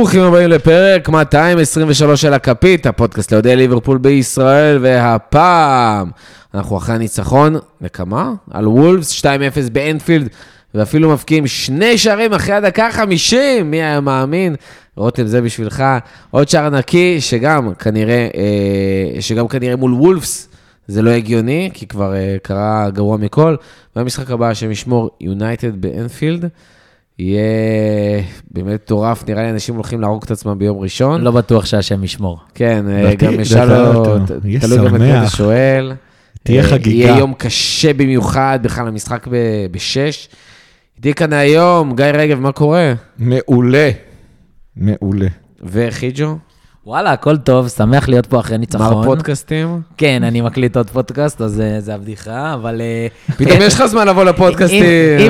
ברוכים הבאים לפרק 223 של הכפית, הפודקאסט לאוהדי ליברפול בישראל, והפעם אנחנו אחרי הניצחון, נקמה, על וולפס, 2-0 באנפילד, ואפילו מפקיעים 2 שערים אחרי הדקה 50, מי היה מאמין? רותם, זה בשבילך, עוד שער נקי, שגם כנראה מול וולפס, זה לא הגיוני, כי כבר קרה גרוע מכל, והמשחק הבא שמשמור יונייטד באנפילד, יהיה באמת טורף, נראה לי אנשים הולכים להרוג את עצמם ביום ראשון. לא בטוח שהשם ישמור. כן, גם ישאלו, תלוי גם את מי שואל. תהיה חגיגה. יהיה יום קשה במיוחד, בכלל המשחק ב-6. איתי כאן היום, גיא רגב, מה קורה? מעולה. מעולה. וחיג'ו? וואלה, הכל טוב, שמח להיות פה אחרי ניצחון. מר פודקאסטים? כן, אני מקליט עוד פודקאסט, אז זה הבדיחה, אבל... פתאום יש לך זמן לבוא לפודקאסטים.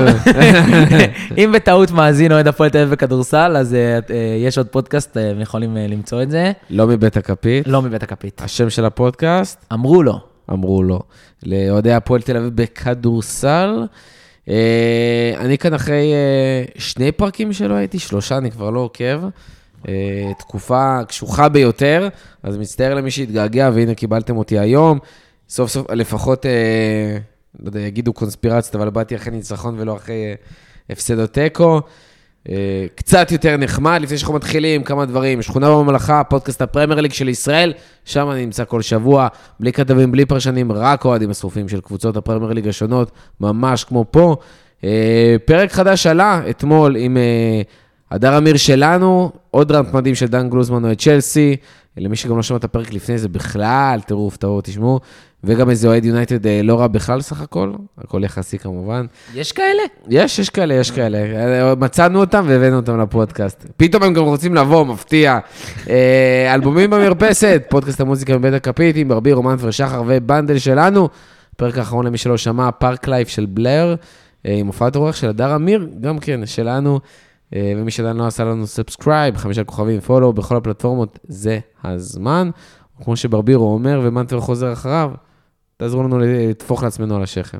אם בטעות מאזין אוהד הפועל תל אביב בכדורסל, אז יש עוד פודקאסט, הם יכולים למצוא את זה. לא מבית הכפית. לא מבית הכפית. השם של הפודקאסט? אמרו לו. אמרו לו. לאוהדי הפועל תל אביב בכדורסל. אני כאן אחרי 2 פרקים שלא הייתי, 3, אני כבר לא עוקב. תקופה קשוחה ביותר, אז מצטער למי שהתגעגע, והנה קיבלתם אותי היום. סוף סוף, לפחות, לא יודע, יגידו קונספירציות, אבל באתי אחרי ניצחון ולא אחרי הפסד או תיקו. קצת יותר נחמד, לפני שאנחנו מתחילים, כמה דברים. שכונה בממלכה, פודקאסט הפרמייר ליג של ישראל, שם אני נמצא כל שבוע, בלי כתבים, בלי פרשנים, רק אוהדים השרופים של קבוצות הפרמייר ליג השונות, ממש כמו פה. פרק חדש עלה אתמול עם הדר אמיר שלנו, עוד רנט מדהים של דן גלוזמן או את צ'לסי, למי שגם לא שמע את הפרק לפני זה בכלל, תראו, הפתעו, תשמעו, וגם איזה אוהד יונייטד לא רע בכלל סך הכל, הכל יחסי כמובן. יש כאלה? יש כאלה. מצאנו אותם והבאנו אותם לפודקאסט. פתאום הם גם רוצים לבוא, מפתיע. אלבומים במרפסת, פודקאסט המוזיקה מבית הכפית, עם ברבי, רומן ושחר ובנדל שלנו. פרק האחרון למי שלא שמע, פארק לייף של בלר, עם הופעת רוח של הדר אמיר, גם כן, שלנו. ומי שעדיין לא עשה לנו סאבסקרייב, 5 כוכבים, פולו, בכל הפלטפורמות, זה הזמן. כמו שברבירו אומר, ומנטר חוזר אחריו, תעזרו לנו לתפוך לעצמנו על השכם.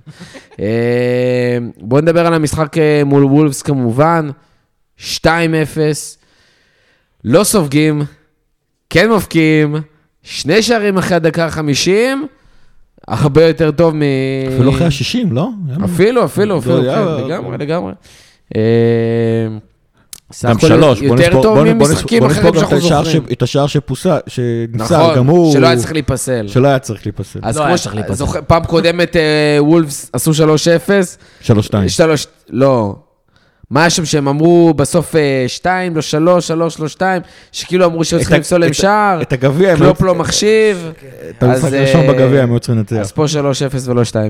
בואו נדבר על המשחק מול וולפס כמובן, 2-0, לא סופגים, כן מפקיעים, 2 שערים אחרי הדקה 50, הרבה יותר טוב מ... אפילו אחרי ה-60, לא? אפילו, לגמרי. גם 3, יותר טוב ממשחקים אחרים שאנחנו זוכרים. את השער שניסה, נכון, שלא היה צריך להיפסל. שלא היה צריך להיפסל. אז כמו פעם קודמת וולפס עשו 3-0. 3-2. לא. מה היה שם שהם אמרו בסוף 2, לא 3, 3, לא 2, שכאילו אמרו שהיו צריכים לפסול להם שער. את הגביע. קלופ לא מחשיב. את המשחק ראשון בגביע הם היו צריכים לנצח. אז פה 3-0 ולא 2-0.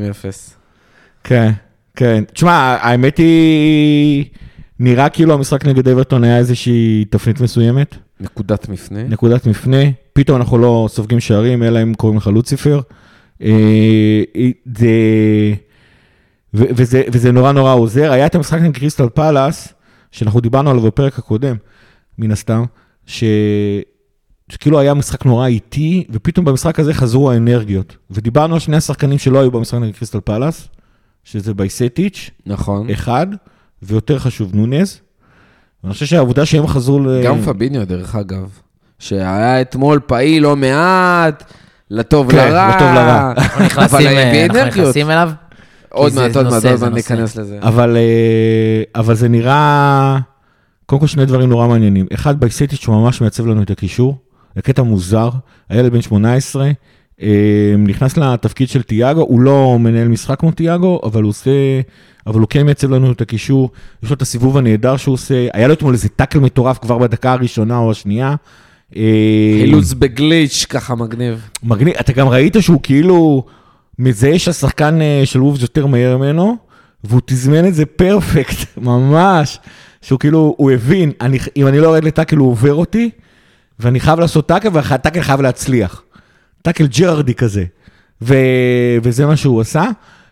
כן. תשמע, האמת היא... נראה כאילו המשחק נגד אברטון היה איזושהי תפנית מסוימת. נקודת מפנה. פתאום אנחנו לא סופגים שערים, אלא אם קוראים לך לוציפר. וזה נורא נורא עוזר. היה את המשחק נגד קריסטל פלאס, שאנחנו דיברנו עליו בפרק הקודם, מן הסתם, שכאילו היה משחק נורא איטי, ופתאום במשחק הזה חזרו האנרגיות. ודיברנו על 2 השחקנים שלא היו במשחק נגד קריסטל פלאס, שזה בייסטיץ'. נכון. אחד. ויותר חשוב, נונז. אני חושב שהעבודה שהם חזרו גם פביניו, דרך אגב. שהיה אתמול פעיל לא מעט, לטוב לרע. לטוב לרע. אנחנו נכנסים אליו. עוד מעט ניכנס לזה. אבל זה נראה, קודם כל 2 דברים נורא מעניינים. אחד, בייסטיץ' שהוא ממש מייצב לנו את הקישור. הקטע מוזר. הילד בן 18, נכנס לתפקיד של תיאגו. הוא לא מנהל משחק כמו תיאגו, אבל הוא כן מייצב לנו את הקישור, יש לו את הסיבוב הנהדר שהוא עושה, היה לו אתמול איזה טאקל מטורף כבר בדקה הראשונה או השנייה. חילוץ בגליץ' ככה מגניב. אתה גם ראית שהוא כאילו, מזהה שהשחקן של וולפס יותר מהר ממנו, והוא תזמן את זה פרפקט, ממש, שהוא כאילו, הוא הבין, אם אני לא ארד לטאקל הוא עובר אותי, ואני חייב לעשות טאקל, והטאקל חייב להצליח. טאקל ג'רדי כזה. וזה מה שהוא עשה.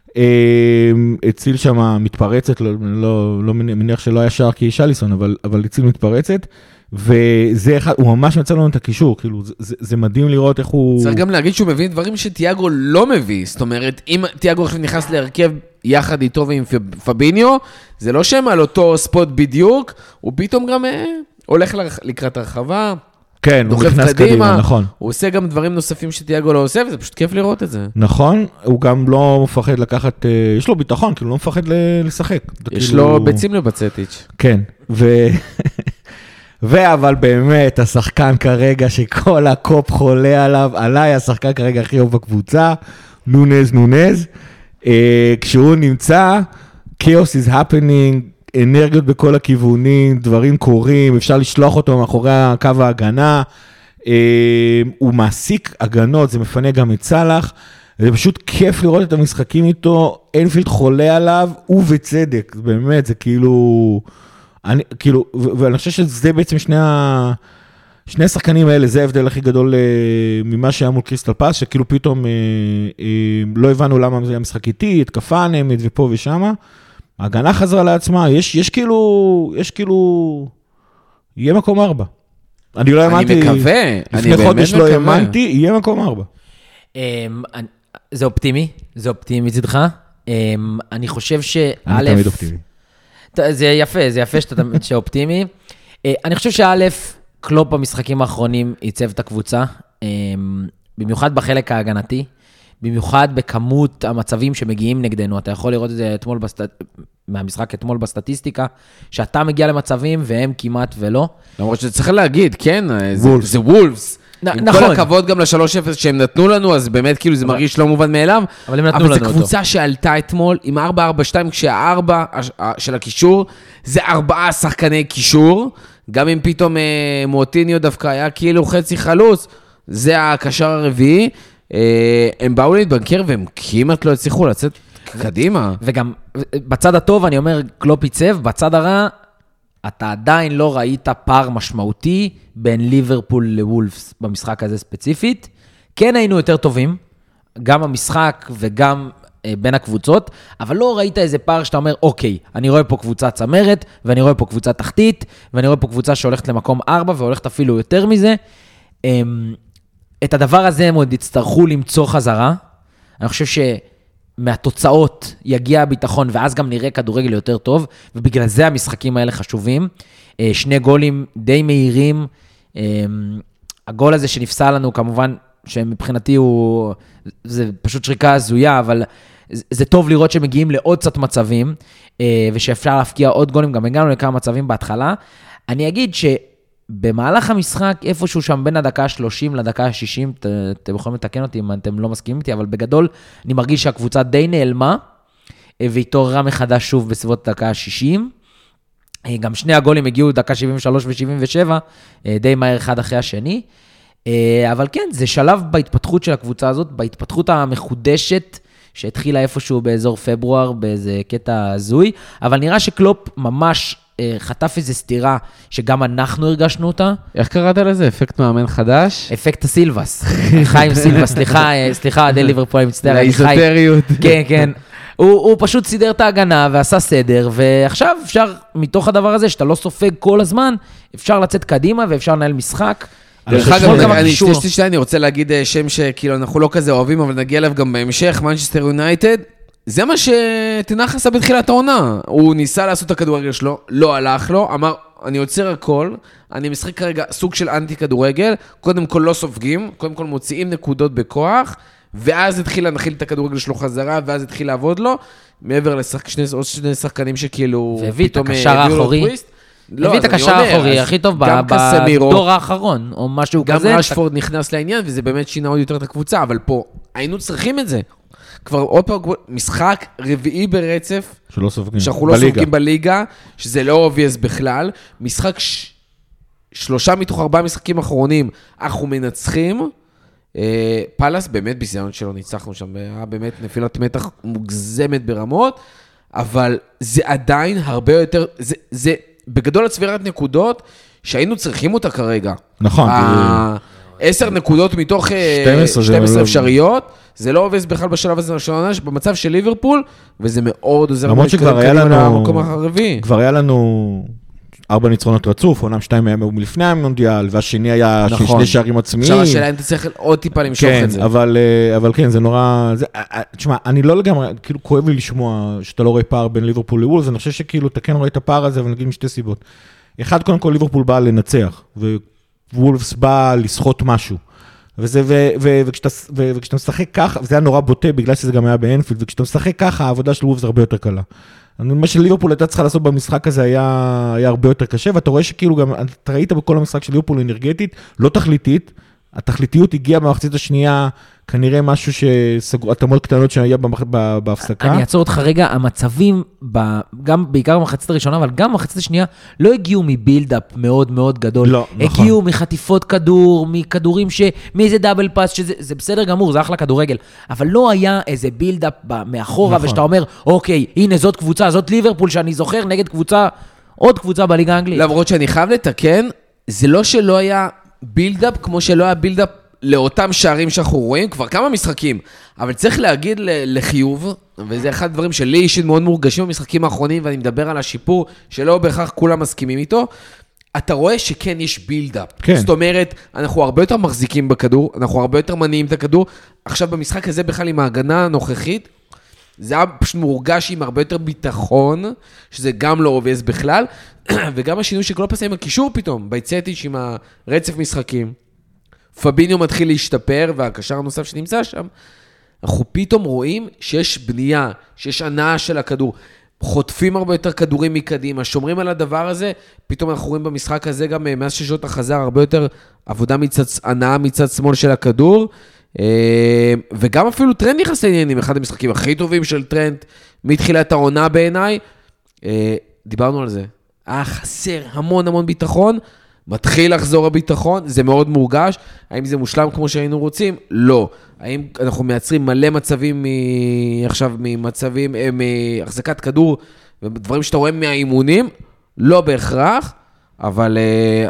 הציל שם מתפרצת, לא מניח שלא היה שער כי שליסון, אבל הציל מתפרצת, וזה אחד, הוא ממש מצא לנו את הקישור, כאילו, זה מדהים לראות איך הוא... צריך גם להגיד שהוא מביא דברים שתיאגו לא מביא, זאת אומרת, אם תיאגו נכנס להרכב יחד איתו ועם פביניו, זה לא שהם על אותו ספוט בדיוק, הוא פתאום גם הולך לקראת הרחבה, כן, הוא דוחף נכנס קדימה, נכון. הוא עושה גם דברים נוספים שתיאגו לא עושה, וזה פשוט כיף לראות את זה. נכון, הוא גם לא מפחד לקחת, יש לו ביטחון, כאילו לא מפחד לשחק. יש לו ביצים לבצטיץ'. כן, אבל באמת, השחקן כרגע שכל הקופ חולה עליו, עליי השחקן כרגע הכי אוהב בקבוצה, נונז, כשהוא נמצא, chaos is happening, אנרגיות בכל הכיוונים, דברים קורים, אפשר לשלוח אותו מאחורי קו ההגנה, הוא מעסיק הגנות, זה מפנה גם את סלאח, זה פשוט כיף לראות את המשחקים איתו, אינפילד חולה עליו, ובצדק, באמת, זה כאילו, ואני חושב שזה בעצם שני השחקנים האלה, זה ההבדל הכי גדול ממה שהיה מול קריסטל פאס, שכאילו פתאום לא הבנו למה זה היה משחק איטי, התקפה נעמת ופה ושמה, ההגנה חזרה לעצמה, יש כאילו, יהיה מקום 4. אני לא האמנתי, אני מקווה, לפני חודש לא האמנתי, יהיה מקום 4. זה אופטימי מצדך. אני חושב אני תמיד אופטימי. זה יפה שאתה אופטימי. אני חושב שא' קלופ במשחקים האחרונים ייצב את הקבוצה, במיוחד בחלק ההגנתי, במיוחד בכמות המצבים שמגיעים נגדנו. אתה יכול לראות את זה מהמשחק אתמול בסטטיסטיקה, שאתה מגיע למצבים והם כמעט ולא. למרות שצריך להגיד, כן, זה וולפס. עם כל הכבוד גם ל-3-0 שהם נתנו לנו, אז באמת כאילו זה מרגיש לא מובן מאליו. אבל זו קבוצה שעלתה אתמול עם 4-4-2, כשה-4 של הקישור, זה 4 שחקני קישור, גם אם פתאום מוטיניו דווקא היה כאילו חצי חלוץ, זה הקשר הרביעי, הם באו להתבנקר והם כמעט לא הצליחו לצאת קדימה. וגם בצד הטוב אני אומר קלופ ייצב, בצד הרע אתה עדיין לא ראית פער משמעותי בין ליברפול לוולפס במשחק הזה ספציפית. כן היינו יותר טובים, גם המשחק וגם בין הקבוצות, אבל לא ראית איזה פער שאתה אומר, אוקיי, אני רואה פה קבוצה צמרת, ואני רואה פה קבוצה תחתית, ואני רואה פה קבוצה שהולכת למקום 4, והולכת אפילו יותר מזה. את הדבר הזה הם עוד יצטרכו למצוא חזרה. אני חושב שמהתוצאות יגיע הביטחון, ואז גם נראה כדורגל יותר טוב, ובגלל זה המשחקים האלה חשובים. 2 גולים די מהירים. הגול הזה שנפסל לנו, כמובן, שמבחינתי זה פשוט שריקה הזויה, אבל זה טוב לראות שמגיעים לעוד קצת מצבים, ושאפשר להפקיע עוד גולים, גם הגענו לכמה מצבים בהתחלה. אני אגיד שבמהלך המשחק, איפשהו שם בין הדקה ה-30 לדקה ה-60, אתם יכולים לתקן אותי אם אתם לא מסכימים איתי, אבל בגדול אני מרגיש שהקבוצה די נעלמה, והתעוררה מחדש שוב בסביבות הדקה ה-60. גם 2 הגולים הגיעו דקה 73 ו-77, די מהר אחד אחרי השני. אבל כן, זה שלב בהתפתחות של הקבוצה הזאת, בהתפתחות המחודשת, שהתחילה איפשהו באזור פברואר, באיזה קטע הזוי, אבל נראה שקלופ ממש חטף איזו סתירה, שגם אנחנו הרגשנו אותה. איך קראת לזה? אפקט מאמן חדש? אפקט הסילבס. חיים סילבס, סליחה, עדי ליברפול, אני מצטער. לאיזוטריות. כן, כן. הוא פשוט סידר את ההגנה ועשה סדר, ועכשיו אפשר, מתוך הדבר הזה, שאתה לא סופג כל הזמן, אפשר לצאת קדימה ואפשר לנהל משחק. דרך אגב, אני רוצה להגיד שם שכאילו אנחנו לא כזה אוהבים, אבל נגיע אליו גם בהמשך, מנצ'סטר יונייטד, זה מה שתנח עשה בתחילת העונה. הוא ניסה לעשות את הכדורגל שלו, לא הלך לו, אמר, אני עוצר הכל, אני משחק כרגע סוג של אנטי כדורגל, קודם כל לא סופגים, קודם כל מוציאים נקודות בכוח, ואז התחיל להנחיל את הכדורגל שלו חזרה, ואז התחיל לעבוד לו, מעבר עוד 2 שחקנים שכאילו... והביא את הקשר האחורי. הביא את הקשר האחורי הכי טוב בדור האחרון, או משהו כזה. גם רשפורד נכנס לעניין, וזה באמת שינה עוד יותר את הקבוצה, אבל פה היינו צריכים את זה. כבר עוד פעם, משחק רביעי ברצף, שאנחנו לא סופגים בליגה, שזה לא אובייס בכלל, משחק 3 מתוך 4 משחקים אחרונים, אנחנו מנצחים, פלס באמת בזיון שלו ניצחנו שם, היה באמת נפילת מתח מוגזמת ברמות, אבל זה עדיין הרבה יותר, זה בגדול הצבירת נקודות, שהיינו צריכים אותה כרגע. נכון. 10 נקודות מתוך 12 אפשריות, זה לא עובד בכלל בשלב הזה של העונה, במצב של ליברפול, וזה מאוד עוזר. למרות שכבר היה לנו, כבר היה לנו 4 ניצחונות רצוף, עונם 2 היה מלפני המונדיאל, והשני היה 2 שערים עצמיים. עכשיו השאלה אם אתה צריך עוד טיפה למשוך את זה. אבל כן, זה נורא, תשמע, אני לא לגמרי, כאילו כואב לי לשמוע שאתה לא רואה פער בין ליברפול לוולס, אני חושב שכאילו אתה כן רואה את הפער הזה, אבל נגיד משתי סיבות. אחד, קודם כל ליברפול באה לנצח, ווולפס באה לסחוט משהו. וכשאתה משחק ככה, וזה היה נורא בוטה, בגלל שזה גם היה באנפילד, וכשאתה משחק ככה, העבודה של וולפס הרבה יותר קלה. מה שליברפול הייתה צריכה לעשות במשחק הזה היה הרבה יותר קשה, ואתה רואה שכאילו גם, אתה ראית בכל המשחק של ליברפול אנרגטית, לא תכליתית, התכליתיות הגיעה במחצית השנייה, כנראה משהו שסגרו, התאמות קטנות שהיה בהפסקה. אני אעצור אותך רגע, המצבים, בעיקר במחצית הראשונה, אבל גם במחצית השנייה, לא הגיעו מבילדאפ מאוד מאוד גדול. לא, נכון. הגיעו מחטיפות כדור, מכדורים מאיזה דאבל פאס, שזה בסדר גמור, זה אחלה כדורגל, אבל לא היה איזה בילדאפ מאחורה, נכון. ושאתה אומר, אוקיי, הנה זאת קבוצה, זאת ליברפול שאני זוכר נגד קבוצה, עוד קבוצה בליגה האנגלית. למרות שאני חייב לתקן, זה לא שלא היה בילדאפ, כמו שלא היה בילדאפ לאותם שערים שאנחנו רואים, כבר כמה משחקים, אבל צריך להגיד לחיוב, וזה אחד הדברים שלי אישית מאוד מורגשים במשחקים האחרונים, ואני מדבר על השיפור, שלא בהכרח כולם מסכימים איתו, אתה רואה שכן יש בילדאפ. כן. זאת אומרת, אנחנו הרבה יותר מחזיקים בכדור, אנחנו הרבה יותר מניעים את הכדור, עכשיו במשחק הזה בכלל עם ההגנה הנוכחית, זה היה פשוט מורגש עם הרבה יותר ביטחון, שזה גם לא אובייס בכלל, וגם השינוי שקלופ עשה עם הקישור פתאום, בייצטיץ' עם הרצף משחקים. פביניו מתחיל להשתפר, והקשר הנוסף שנמצא שם, אנחנו פתאום רואים שיש בנייה, שיש הנאה של הכדור, חוטפים הרבה יותר כדורים מקדימה, שומרים על הדבר הזה, פתאום אנחנו רואים במשחק הזה גם מאז שז'וטה חזר, הרבה יותר עבודה הנאה מצד שמאל של הכדור, וגם אפילו טרנד נכנס לעניינים, אחד המשחקים הכי טובים של טרנד, מתחילת העונה בעיניי, דיברנו על זה, חסר המון ביטחון, מתחיל לחזור הביטחון, זה מאוד מורגש, האם זה מושלם כמו שהיינו רוצים? לא. האם אנחנו מייצרים מלא מצבים עכשיו ממצבים, מהחזקת כדור, ודברים שאתה רואה מהאימונים? לא בהכרח, אבל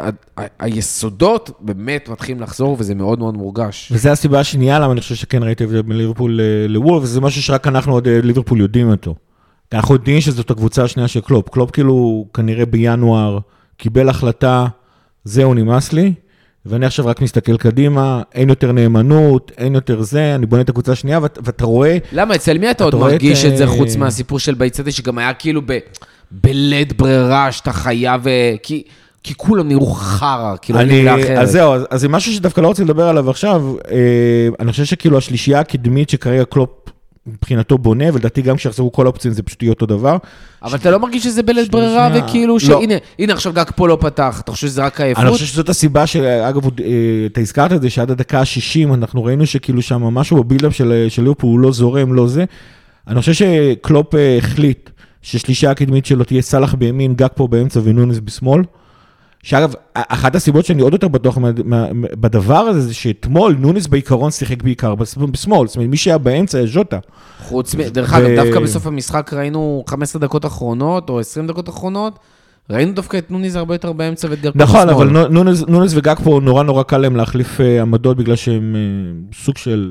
היסודות באמת מתחילים לחזור, וזה מאוד מאוד מורגש. וזה הסיבה השנייה, למה אני חושב שכן ראיתי מליברפול לוולף, וזה משהו שרק אנחנו עוד ליברפול יודעים אותו. אנחנו יודעים שזאת הקבוצה השנייה של קלופ. קלופ כאילו כנראה בינואר קיבל החלטה, זהו נמאס לי, ואני עכשיו רק מסתכל קדימה, אין יותר נאמנות, אין יותר זה, אני בונה את הקבוצה השנייה, ואתה רואה... למה, אצל מי אתה עוד מרגיש את זה חוץ מהסיפור של בייצטי, שגם היה כאילו בלית ברירה, שאתה חייב, כי כולם נראו חרה, כאילו אני מילה אחרת. אז זהו, אז זה משהו שדווקא לא רוצה לדבר עליו עכשיו, אני חושב שכאילו השלישייה הקדמית שכרגע קלופ מבחינתו בונה, ולדעתי גם כשיחזרו כל האופציות זה פשוט יהיה אותו דבר. אבל אתה לא מרגיש שזה בלית ברירה, וכאילו הנה עכשיו גג פה לא פתח, אתה חושב שזה רק העייפות? אני חושב שזאת הסיבה שאגב, אתה הזכרת את זה, שעד הדקה ה-60 אנחנו ראינו שכאילו שם משהו בבילדאפ של ליברפול הוא לא זורם, לא זה. אני חושב שקלופ החליט ששלישה הקדמית שלו תהיה סלח בימין, גג פה באמצע ונונס בשמאל. שאגב, אחת הסיבות שאני עוד יותר בטוח בדבר הזה, זה שאתמול נונס בעיקרון שיחק בעיקר בשמאל, זאת אומרת, מי שהיה באמצע היה ז'וטה. דרך אגב, דווקא בסוף המשחק ראינו 15 דקות אחרונות, או 20 דקות אחרונות, ראינו דווקא את נונס הרבה יותר באמצע וגג פה בשמאל. נכון, אבל נונס וגג פה נורא קל להם להחליף עמדות, בגלל שהם סוג של...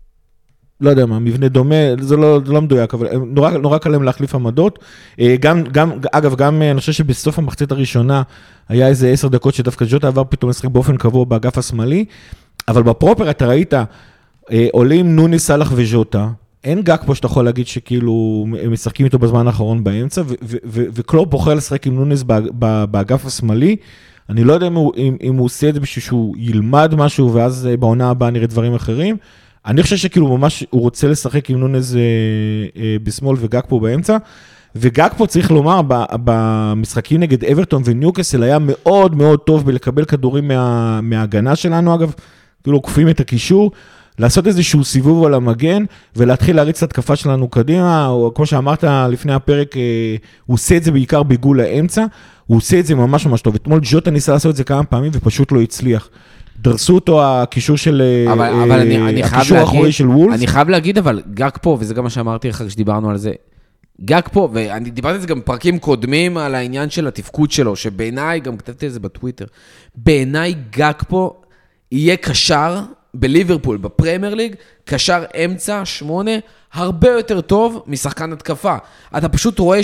לא יודע מה, מבנה דומה, זה לא מדויק, אבל נורא קל להם להחליף עמדות. אגב, גם אני חושב שבסוף המחצית הראשונה, היה איזה 10 דקות שדווקא ז'וטה עבר פתאום לשחק באופן קבוע באגף השמאלי, אבל בפרופר אתה ראית, עולים נוני, סלח וז'וטה, אין גג פה שאתה יכול להגיד שכאילו משחקים איתו בזמן האחרון באמצע, וקלופ בוחר לשחק עם נוניס באגף השמאלי, אני לא יודע אם הוא עושה את זה בשביל שהוא ילמד משהו, ואז בעונה הבאה נראה דברים אחרים, אני חושב שכאילו ממש הוא רוצה לשחק עם נונז בשמאל וגג פה באמצע, וגג פה צריך לומר, במשחקים נגד אברטון וניוקאסל היה מאוד מאוד טוב בלקבל כדורים מההגנה שלנו, אגב, כאילו עוקפים את הקישור, לעשות איזשהו סיבוב על המגן, ולהתחיל להריץ את התקפה שלנו קדימה, או כמו שאמרת לפני הפרק, הוא עושה את זה בעיקר בעיגול האמצע, הוא עושה את זה ממש ממש טוב, אתמול ז'וטה ניסה לעשות את זה כמה פעמים, ופשוט לא הצליח. דרסו אותו הקישור של... אבל הקישור האחורי של וולס. אני חייב להגיד, אבל גג פה, וזה גם מה שאמרתי לך כשדיברנו על זה, גג פה, ואני דיברתי על זה גם בפרקים קודמים, על העניין של התפקוד שלו, שבעיניי, גם כתבתי על זה בטוויטר, בעיניי גג פה יהיה קשר בליברפול, בפרמייר ליג, קשר אמצע 8, הרבה יותר טוב משחקן התקפה. אתה פשוט רואה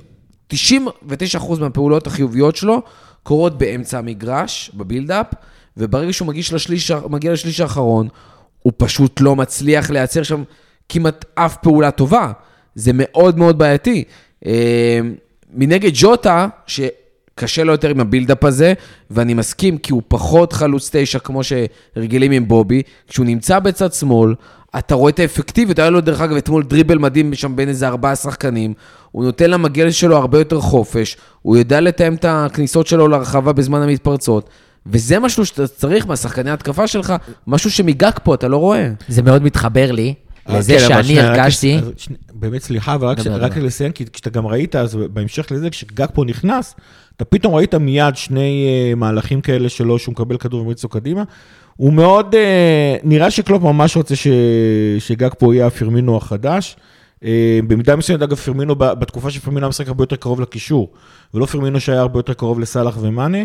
ש99% מהפעולות החיוביות שלו, קורות באמצע המגרש, בבילדאפ, וברגע שהוא מגיע לשליש האחרון, הוא פשוט לא מצליח לייצר שם כמעט אף פעולה טובה. זה מאוד מאוד בעייתי. מנגד ז'וטה, קשה לו יותר עם הבילדאפ הזה, ואני מסכים, כי הוא פחות חלוץ 9, כמו שרגילים עם בובי, כשהוא נמצא בצד שמאל, אתה רואה את האפקטיביות, היה לו דרך אגב אתמול דריבל מדהים שם בין איזה 4 שחקנים, הוא נותן למגל שלו הרבה יותר חופש, הוא יודע לתאם את הכניסות שלו לרחבה בזמן המתפרצות, וזה משהו שאתה צריך מהשחקני ההתקפה שלך, משהו שמגג פה, אתה לא רואה. זה מאוד מתחבר לי, לזה שאני הרגשתי. באמת סליחה, אבל רק לסיים, כי כשאתה גם ראית, אז בהמשך לזה, כשגג פה נכנס, אתה פתאום ראית מיד שני מהלכים כאלה שלו, שהוא מקבל כדור ומריץ לו קדימה, הוא מאוד, נראה שקלופ ממש רוצה שגג פה יהיה הפירמינו החדש, במידה מסוימת, אגב, פירמינו, בתקופה שפירמינו המשחק הרבה יותר קרוב לקישור, ולא פירמינו שהיה הרבה יותר קרוב לסלח ומאנה,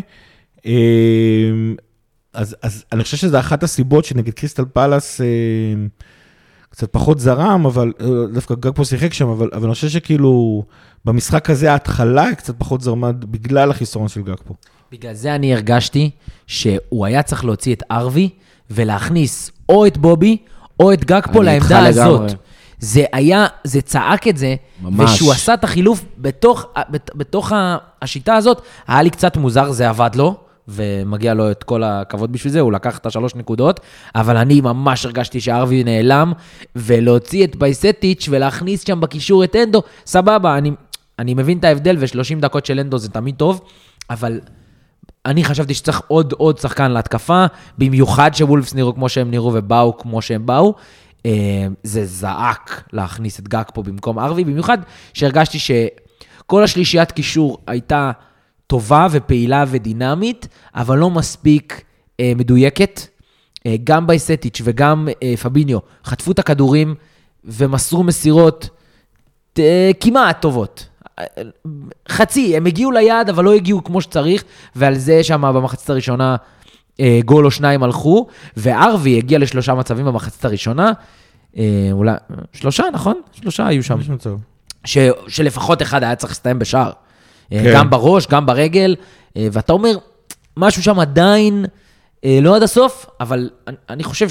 אז אני חושב שזה אחת הסיבות שנגד קריסטל פלאס קצת פחות זרם, אבל דווקא גג פה שיחק שם, אבל אני חושב שכאילו במשחק הזה ההתחלה קצת פחות זרמה בגלל החיסרון של גג פה. בגלל זה אני הרגשתי שהוא היה צריך להוציא את ארווי ולהכניס או את בובי או את גג פה לעמדה הזאת. זה צעק את זה, ממש. ושהוא עשה את החילוף בתוך השיטה הזאת, היה לי קצת מוזר, זה עבד לו, ומגיע לו את כל הכבוד בשביל זה, הוא לקח את 3 נקודות, אבל אני ממש הרגשתי שארווי נעלם, ולהוציא את בייסטיץ' ולהכניס שם בקישור את אנדו, סבבה, אני מבין את ההבדל, ו30 דקות של אנדו זה תמיד טוב, אבל אני חשבתי שצריך עוד שחקן להתקפה, במיוחד שוולפס נראו כמו שהם נראו, ובאו כמו שהם באו, זה זעק להכניס את גג פה במקום ארווי, במיוחד שהרגשתי שכל השלישיית קישור הייתה טובה ופעילה ודינמית, אבל לא מספיק מדויקת. גם בייסטיץ' וגם פביניו חטפו את הכדורים ומסרו מסירות כמעט טובות. חצי, הם הגיעו ליעד, אבל לא הגיעו כמו שצריך, ועל זה שם במחצית הראשונה גול או 2 הלכו, וארווי הגיע ל3 מצבים במחצית הראשונה, אולי 3, נכון? 3 היו שם. שלפחות אחד היה צריך להסתיים בשער. גם בראש, גם ברגל, ואתה אומר, משהו שם עדיין לא עד הסוף, אבל אני חושב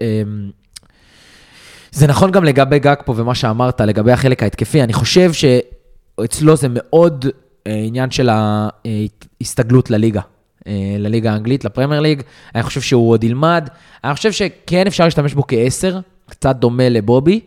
זה נכון גם לגבי גג פה, ומה שאמרת לגבי החלק ההתקפי, אני חושב שאצלו זה מאוד עניין של ההסתגלות לליגה. לליגה האנגלית, לפרמייר ליג, אני חושב שהוא עוד ילמד, אני חושב שכן אפשר להשתמש בו כ10, קצת דומה לבובי,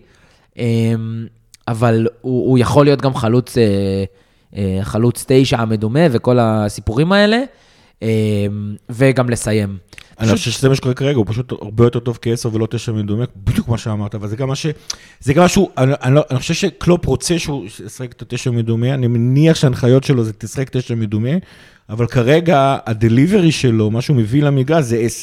אבל הוא יכול להיות גם חלוץ 9 המדומה, וכל הסיפורים האלה, וגם לסיים. אני חושב שזה מה שקורה כרגע, הוא פשוט הרבה יותר טוב כ10 ולא 9 מדומה, בדיוק מה שאמרת, אבל זה גם משהו, אני חושב שקלופ רוצה שהוא ישחק את 9 מדומה, אני מניח שההנחיות שלו זה תשחק 9 מדומה, אבל כרגע הדליברי שלו, מה שהוא מביא למגרש זה 10.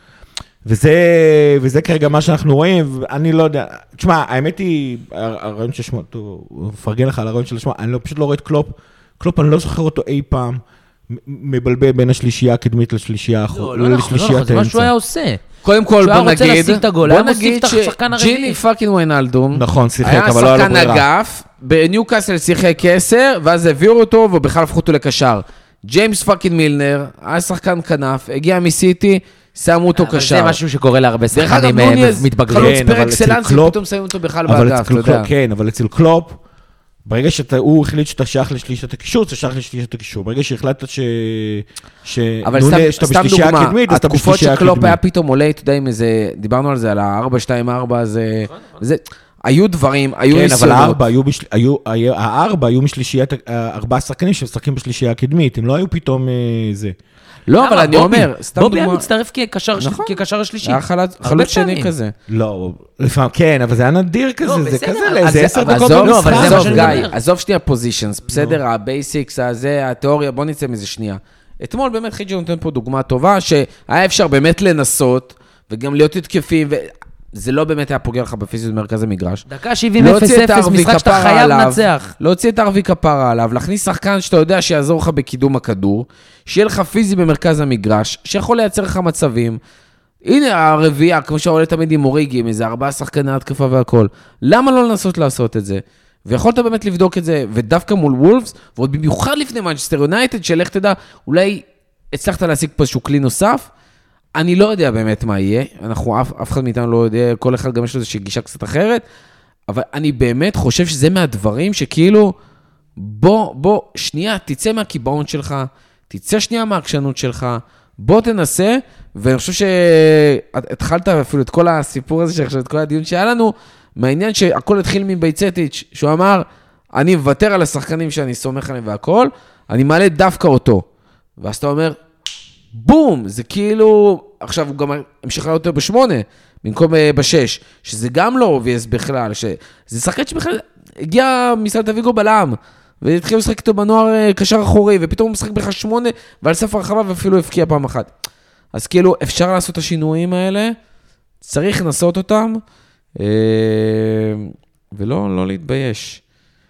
וזה כרגע מה שאנחנו רואים, ואני לא יודע, תשמע, האמת היא, הרעיון ששמע, פרגן לך על הרעיון של שמה, אני פשוט לא רואה את קלופ, אני לא זוכר אותו אי פעם, מבלבל בין השלישייה הקדמית לשלישייה האחרונה. לא נכון, זה מה שהוא היה עושה. קודם כל, בוא נגיד שג'יני פאקינג ויינלדום, נכון, שיחק, אבל לא היה לו ברירה. היה שחקן אגף, בניוקאסל שיחק 10, ואז הביאו אותו, ובכלל הפכו אותו לקשר. ג'יימס פאקינג מילנר, היה שחקן כנף, הגיע מסיטי, שמו אותו קשר. זה משהו שקורה להרבה שחקנים מתבגרים. חלוץ פר-אקסלנס, פתאום שמים אותו בכלל באגף, אתה יודע. כן, אבל אצל קלופ, ברגע שהוא החליט שאתה שייך לשלישת הקישור, אתה שייך לשלישת הקישור. ברגע שהחלטת אבל סתם דוגמה, התקופות שקלופ היה פתאום עולה, אתה יודע אם איזה, דיברנו על זה, על ה-4-2-4 הזה, היו דברים, היו ניסיונות. אבל הארבע היו משלישיית, 4 שחקנים שמשחקים בשלישייה הקדמית, הם לא היו פתאום זה. לא, אבל אני אומר, סתם דוגמה. בובי היה מצטרף כקשר השלישי. היה חלוץ שני כזה. לא, לפעמים, כן, אבל זה היה נדיר כזה, זה כזה, זה 10 דקות במשחק. עזוב שנייה פוזישנס, בסדר, הבייסיקס, התיאוריה, בוא נצא מזה שנייה. אתמול באמת חיג'י נותן פה דוגמה טובה, שהיה אפשר באמת לנסות, וגם להיות התקפים, זה לא באמת היה פוגע לך בפיזיות במרכז המגרש. דקה 70-0-0, משחק שאתה חייב לנצח. להוציא את ארווי כפרה עליו, להכניס שחקן שאתה יודע שיעזור לך בקידום הכדור, שיהיה לך פיזי במרכז המגרש, שיכול לייצר לך מצבים. הנה הרביעה, כמו שעולה תמיד עם אוריגי, איזה 4 שחקני התקפה והכל. למה לא לנסות לעשות את זה? ויכולת באמת לבדוק את זה, ודווקא מול וולפס, ועוד במיוחד לפני מנצ'סטר יונייטד, שלך תדע, אולי הצלחת להשיג פה איזשהו כלי נוסף, אני לא יודע באמת מה יהיה, אף אחד מאיתנו לא יודע, כל אחד גם יש לו איזושהי גישה קצת אחרת, אבל אני באמת חושב שזה מהדברים שכאילו, בוא, שנייה, תצא מהקיבעון שלך, תצא שנייה מהעקשנות שלך, בוא תנסה, ואני חושב שהתחלת אפילו את כל הסיפור הזה, שעכשיו את כל הדיון שהיה לנו, מהעניין שהכל התחיל מבייצטיץ', שהוא אמר, אני מוותר על השחקנים שאני סומך עליהם והכל, אני מעלה דווקא אותו. ואז אתה אומר, בום, זה כאילו, עכשיו הוא גם המשיך לעלות אותו ב8, במקום ב6, שזה גם לא אובייס בכלל, שזה שחקן שבכלל הגיע מסעד אביגו בלם, והתחיל לשחק איתו בנוער קשר אחורי, ופתאום הוא משחק בכלל 8, ועל סף הרחבה ואפילו הפקיע פעם אחת. אז כאילו אפשר לעשות את השינויים האלה, צריך לנסות אותם, ולא להתבייש.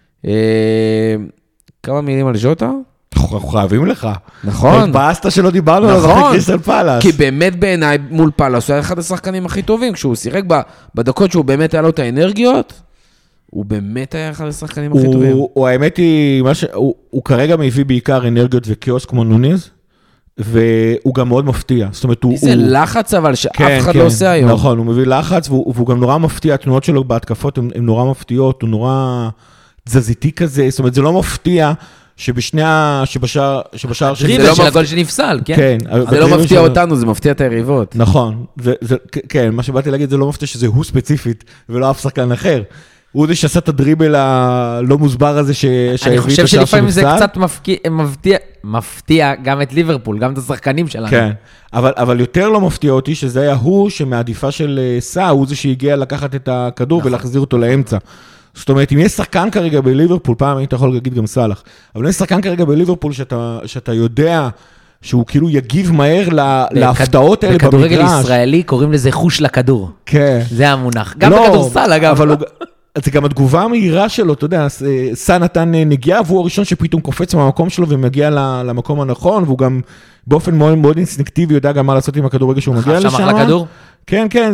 כמה מילים על ז'וטה? אנחנו חייבים לך. נכון. התבאסת שלא דיברנו עליו אחרי קריסטל פלאס. כי באמת בעיניי מול פלאס, הוא היה אחד השחקנים הכי טובים, כשהוא שיחק בדקות שהוא באמת היה לו את האנרגיות, הוא באמת היה אחד השחקנים הכי טובים. האמת היא, הוא כרגע מביא בעיקר אנרגיות וקיוס כמו נוניז, והוא גם מאוד מפתיע. זאת אומרת, איזה לחץ אבל שאף אחד לא עושה היום. נכון, הוא מביא לחץ, והוא גם נורא מפתיע, התנועות שלו בהתקפות הן נורא מפתיעות, הוא נורא תזזיתי כזה, זאת אומרת, זה לא מפתיע שבשער... דריבל של הגול שנפסל, כן? זה לא מפתיע אותנו, זה מפתיע את היריבות. נכון, כן, מה שבאתי להגיד, זה לא מפתיע שזה הוא ספציפית, ולא אף שחקן אחר. הוא זה שעשה את הדריבל הלא מוסבר הזה שהביא את השער שנפסל. אני חושב שלפעמים זה קצת מפתיע גם את ליברפול, גם את השחקנים שלנו. כן, אבל יותר לא מפתיע אותי שזה היה הוא שמעדיפה של סע, הוא זה שהגיע לקחת את הכדור ולהחזיר אותו לאמצע. זאת אומרת, אם יש שחקן כרגע בליברפול, פעם היית יכול להגיד גם סלח, אבל יש שחקן כרגע בליברפול שאתה יודע שהוא כאילו יגיב מהר להפתעות האלה במגרש. בכדורגל ישראלי קוראים לזה חוש לכדור. כן. זה המונח. גם בכדורסל, אגב. זה גם התגובה המהירה שלו, אתה יודע, סע נתן נגיעה, והוא הראשון שפתאום קופץ מהמקום שלו ומגיע למקום הנכון, והוא גם באופן מאוד מאוד אינסטינקטיבי יודע גם מה לעשות עם הכדור רגע שהוא מגיע לשם. שמח לכדור? כן, כן,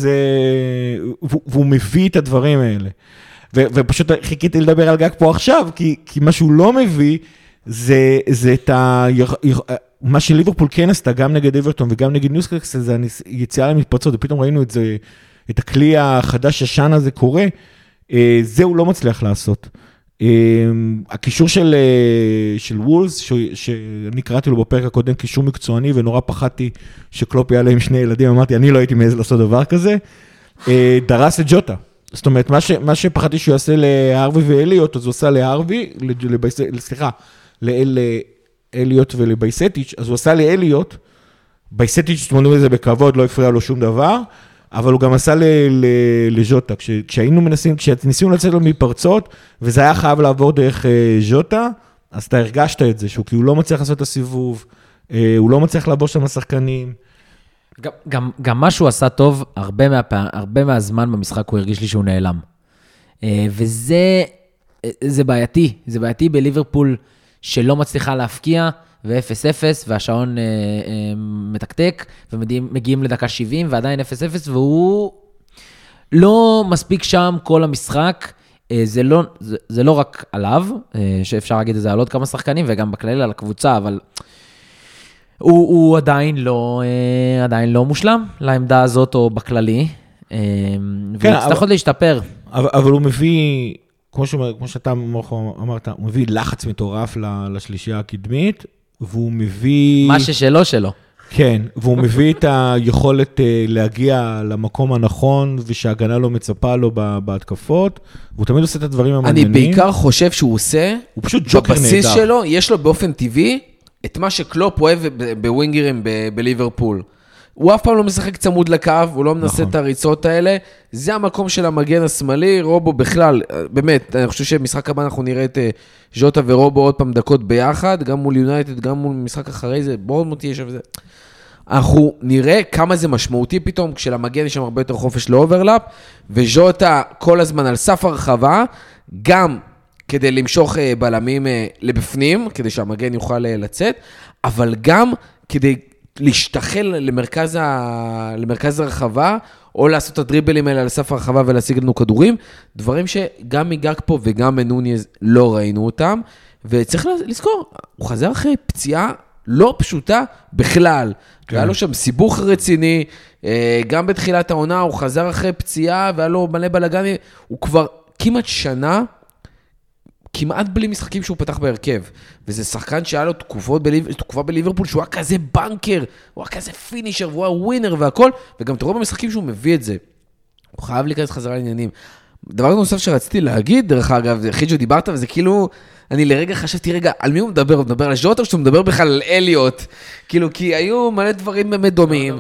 והוא מביא את הדברים האלה. ופשוט חיכיתי לדבר על גג פה עכשיו, כי מה שהוא לא מביא, זה את מה שליברפול כן עשתה, גם נגד אברטון וגם נגד ניוקאסל, זה יציאה למתפרצות, ופתאום ראינו את הכלי החדש ישן הזה קורה, זה הוא לא מצליח לעשות. הקישור של וולס, שאני קראתי לו בפרק הקודם, קישור מקצועני, ונורא פחדתי שקלופ יעלה עם שני ילדים, אמרתי, אני לא הייתי מעז לעשות דבר כזה, דרס את ג'וטה. זאת אומרת, מה שפחדתי שהוא יעשה להרווי ואליוט, אז הוא עשה להרווי, סליחה, לאליוט ולבייסטיץ', אז הוא עשה לאליוט, בייסטיץ' תמונו את זה בכבוד, לא הפריע לו שום דבר, אבל הוא גם עשה לז'וטה, כשניסינו לצאת לו מפרצות, וזה היה חייב לעבור דרך ז'וטה, אז אתה הרגשת את זה, שהוא כאילו לא מצליח לעשות את הסיבוב, הוא לא מצליח לעבור שם השחקנים. גם מה שהוא עשה טוב, הרבה מהזמן במשחק הוא הרגיש לי שהוא נעלם. וזה בעייתי, זה בעייתי בליברפול שלא מצליחה להפקיע, ו-0-0, והשעון מתקתק, ומגיעים לדקה 70, ועדיין 0-0, והוא לא מספיק שם כל המשחק, זה לא רק עליו, שאפשר להגיד את זה על עוד כמה שחקנים, וגם בכלל על הקבוצה, אבל הוא עדיין לא מושלם לעמדה הזאת או בכללי, והצטרך עוד להשתפר. אבל הוא מביא, כמו שאתה אמרת, הוא מביא לחץ מטורף לשלישייה הקדמית, והוא מביא... מה שלו. כן, והוא מביא את היכולת להגיע למקום הנכון, ושההגנה לא מצפה לו בהתקפות, והוא תמיד עושה את הדברים המעניינים. אני בעיקר חושב שהוא עושה, הוא פשוט ג'וקר נהדר. בבסיס שלו, יש לו באופן טבעי, את מה שקלופ אוהב בווינגרים בליברפול. הוא אף פעם לא משחק צמוד לקו, הוא לא מנסה את הריצות האלה, זה המקום של המגן השמאלי, רובו בכלל, באמת, אני חושב שבמשחק הבא אנחנו נראה את ז'וטה ורובו עוד פעם דקות ביחד, גם מול יונייטד, גם מול משחק אחרי זה, בורנמוט יש וזה. אנחנו נראה כמה זה משמעותי פתאום, כשלמגן יש שם הרבה יותר חופש לאוברלאפ, וז'וטה כל הזמן על סף הרחבה, גם כדי למשוך בלמים לבפנים, כדי שהמגן יוכל לצאת, אבל גם כדי להשתחל למרכז הרחבה, או לעשות את הדריבלים האלה על סף הרחבה ולהשיג לנו כדורים, דברים שגם מגג פה וגם מנוניז לא ראינו אותם, וצריך לזכור, הוא חזר אחרי פציעה לא פשוטה בכלל, והיה לו שם סיבוך רציני, גם בתחילת העונה הוא חזר אחרי פציעה, והיה לו מלא בלגני, הוא כבר כמעט כמעט בלי משחקים שהוא פתח בהרכב, וזה שחקן שהיה לו תקופה בליברפול, שהוא היה כזה בנקר, הוא היה כזה פינישר, והוא היה ווינר והכל, וגם תראו במשחקים שהוא מביא את זה. הוא חייב להיכנס חזרה לעניינים. דבר נוסף שרציתי להגיד, דרך אגב, חיג'ו דיברת, וזה כאילו, אני לרגע חשבתי, רגע, על מי הוא מדבר? הוא מדבר על ז'וטה, או שהוא מדבר בכלל על אליוט? כאילו, כי היו מלא דברים באמת דומים.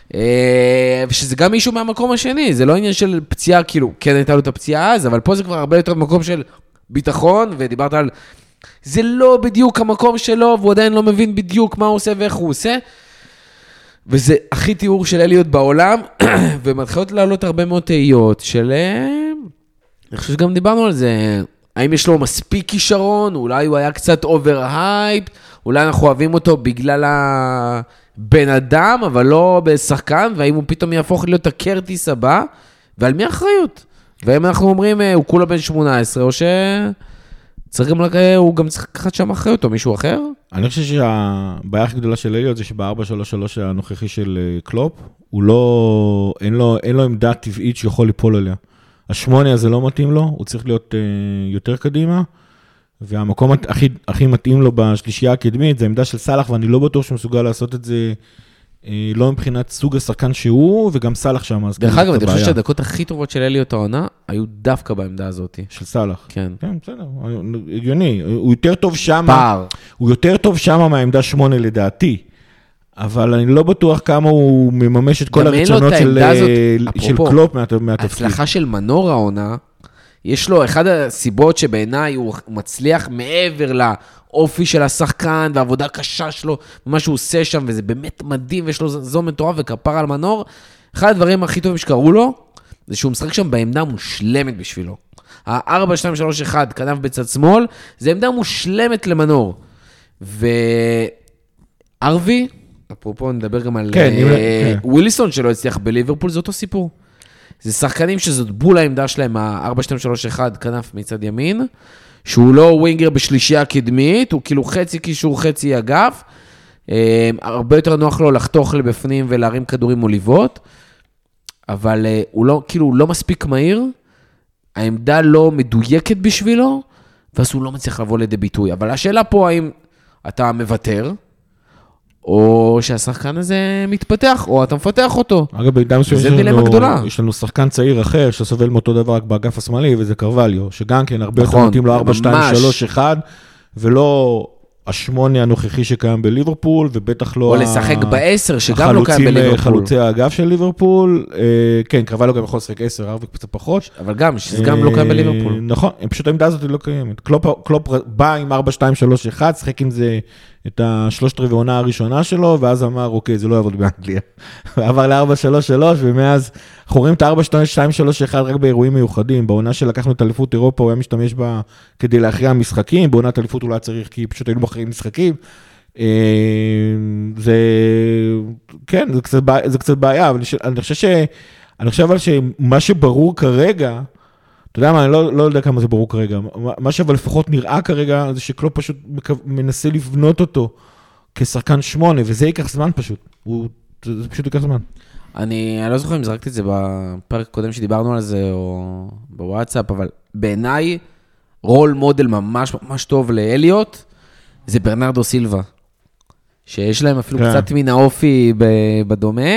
ושזה גם מישהו מהמקום השני, זה לא עניין של פציעה, כאילו, כן הייתה לו את הפציעה אז, אבל פה זה כבר הרבה יותר מקום של ביטחון, ודיברת על, זה לא בדיוק המקום שלו, והוא עדיין לא מבין בדיוק מה הוא עושה ואיך הוא עושה, וזה הכי תיאור של אליוט בעולם, ומתחילות לעלות הרבה מאוד תהיות של, אני חושב שגם דיברנו על זה, האם יש לו מספיק כישרון, אולי הוא היה קצת אובר-הייפ, אולי אנחנו אוהבים אותו בגלל הבן אדם, אבל לא בשחקן, והאם הוא פתאום יהפוך להיות הקרטיס הבא, ועל מי האחריות? ואם אנחנו אומרים, הוא כולה בן 18, או שצריך גם הוא גם צריך לקחת שם אחריות, או מישהו אחר? אני חושב שהבעיה הכי גדולה של אליוט זה שב-4-3-3 הנוכחי של קלופ, הוא לא, אין לו עמדה טבעית שיכול ליפול עליה. השמונה הזה לא מתאים לו, הוא צריך להיות יותר קדימה, והמקום הכי מתאים לו בשלישייה הקדמית, זה עמדה של סלח, ואני לא בטוח שהוא מסוגל לעשות את זה, לא מבחינת סוג השחקן שהוא, וגם סלח שם. דרך אגב, אני חושב שהדקות הכי טובות של אליוט העונה, היו דווקא בעמדה הזאת. של סלח. כן. כן, בסדר, הגיוני. הוא יותר טוב שם. פער. הוא יותר טוב שם מהעמדה 8 לדעתי. אבל אני לא בטוח כמה הוא מממש את כל הרצונות של קלופ מהתפקיד. ההצלחה של מנור העונה, יש לו אחד הסיבות שבעיניי הוא מצליח מעבר לאופי של השחקן והעבודה הקשה שלו, מה שהוא עושה שם, וזה באמת מדהים, ויש לו זו מטורף וכפר על מנור. אחד הדברים הכי טובים שקראו לו, זה שהוא משחק שם בעמדה מושלמת בשבילו. ה-4-2-3-1, כנף בצד שמאל, זה עמדה מושלמת למנור. וארווי, אפרופו נדבר גם על וויליסון שלא הצליח בליברפול, זה אותו סיפור. זה שחקנים שזאת בול העמדה שלהם, ה-4-2-3-1, כנף מצד ימין, שהוא לא ווינגר בשלישייה הקדמית, הוא כאילו חצי קישור, חצי אגף, הרבה יותר נוח לו לחתוך לבפנים ולהרים כדורים מוליבות, אבל הוא לא, כאילו, לא מספיק מהיר, העמדה לא מדויקת בשבילו, ואז הוא לא מצליח לבוא לידי ביטוי. אבל השאלה פה, האם אתה מוותר, או שהשחקן הזה מתפתח, או אתה מפתח אותו. אגב, זה דילמה גדולה. יש לנו שחקן צעיר אחר, שסובל מאותו דבר רק באגף השמאלי, וזה קרווליו, שגם כן הרבה יותר מתאים לו 4-2-3-1, ולא השמונה הנוכחי שקיים בליברפול, ובטח לא או לשחק ב-10, שגם לא קיים בליברפול. חלוצי האגף של ליברפול, כן, קרווליו גם יכול לשחק 10, ארווי קצת פחות. אבל גם, שזה גם לא קיים בליברפול. נכון, פשוט העמדה הזאת לא קיימת. קלופ בא עם 4-2-3-1, שחק עם זה את השלושת רבעי עונה הראשונה שלו, ואז אמר, אוקיי, זה לא יעבוד באנגליה. ועבר ל-4-3-3, ומאז אנחנו רואים את ה-4-2-3-1 רק באירועים מיוחדים. בעונה שלקחנו את אליפות אירופה, הוא היה משתמש בה כדי להכריע משחקים, בעונת אליפות אולי צריך, כי פשוט היינו מכריעים משחקים. זה, כן, זה קצת בעיה, אבל אני חושב אבל שמה שברור כרגע, אתה יודע מה, אני לא יודע כמה זה ברור כרגע, מה שאבל לפחות נראה כרגע, זה שקלופ פשוט מנסה לבנות אותו כשחקן 8, וזה ייקח זמן פשוט, זה פשוט ייקח זמן. אני לא זוכר אם זרקתי את זה בפרק קודם שדיברנו על זה, או בוואטסאפ, אבל בעיניי, רול מודל ממש ממש טוב לאליוט, זה ברנרדו סילבה, שיש להם אפילו קצת מן האופי בדומה,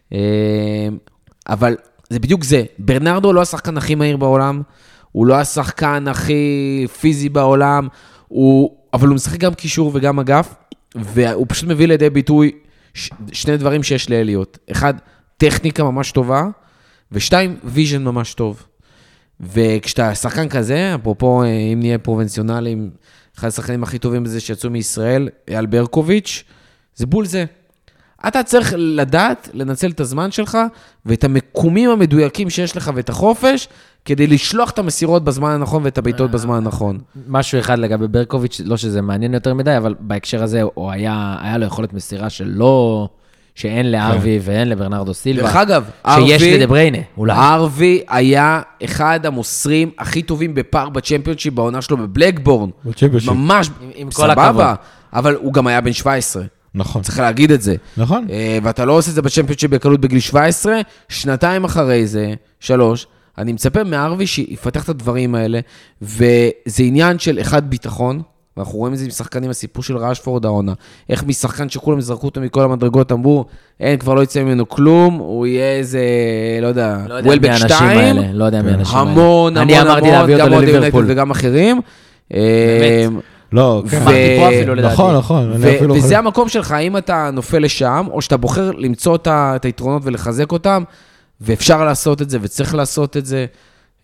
אבל זה בדיוק זה, ברנרדו לא השחקן הכי מהיר בעולם, הוא לא השחקן הכי פיזי בעולם, אבל הוא משחק גם קישור וגם אגף, והוא פשוט מביא לידי ביטוי שני דברים שיש לאליוט. אחד, טכניקה ממש טובה, ושתיים, ויז'ן ממש טוב. וכשאתה שחקן כזה, אפרופו אם נהיה פרובנציונליים, אחד השחקנים הכי טובים בזה שיצאו מישראל, אייל ברקוביץ', זה בול זה. אתה צריך לדעת, לנצל את הזמן שלך, ואת המקומים המדויקים שיש לך, ואת החופש, כדי לשלוח את המסירות בזמן הנכון, ואת הביתות בזמן הנכון. משהו אחד לגבי ברקוביץ', לא שזה מעניין יותר מדי, אבל בהקשר הזה, הוא היה לו יכולת מסירה שלא, שאין לארווי ואין לברנרדו סילבה. דרך אגב, שיש לדבריינה, אולי. ארווי היה אחד המוסרים הכי טובים בפאר בצ'מפיונשיפ, בעונה שלו בבלקבורן. ממש, עם כל הכבוד. אבל הוא גם היה בן 17. נכון. צריך להגיד את זה. נכון. ואתה לא עושה את זה בצ'מפיונשיפ בקלות בגיל 17, שנתיים אחרי זה, 3, אני מצפה מארווי שיפתח את הדברים האלה, וזה עניין של אחד ביטחון, ואנחנו רואים את זה עם שחקנים, הסיפור של ראשפורד העונה, איך משחקן שכולם זרקו אותו מכל המדרגות, אמרו, אין, כבר לא יצא ממנו כלום, הוא יהיה איזה, לא יודע, וולבק 2, לא יודע מי האנשים האלה. המון, אני אמרתי להביא אותו לליברפול. וגם אחרים. לא, כן. אמרתי פה אפילו לדעתי. נכון. וזה המקום שלך, האם אתה נופל לשם, או שאתה בוחר למצוא את היתרונות ולחזק אותם, ואפשר לעשות את זה, וצריך לעשות את זה.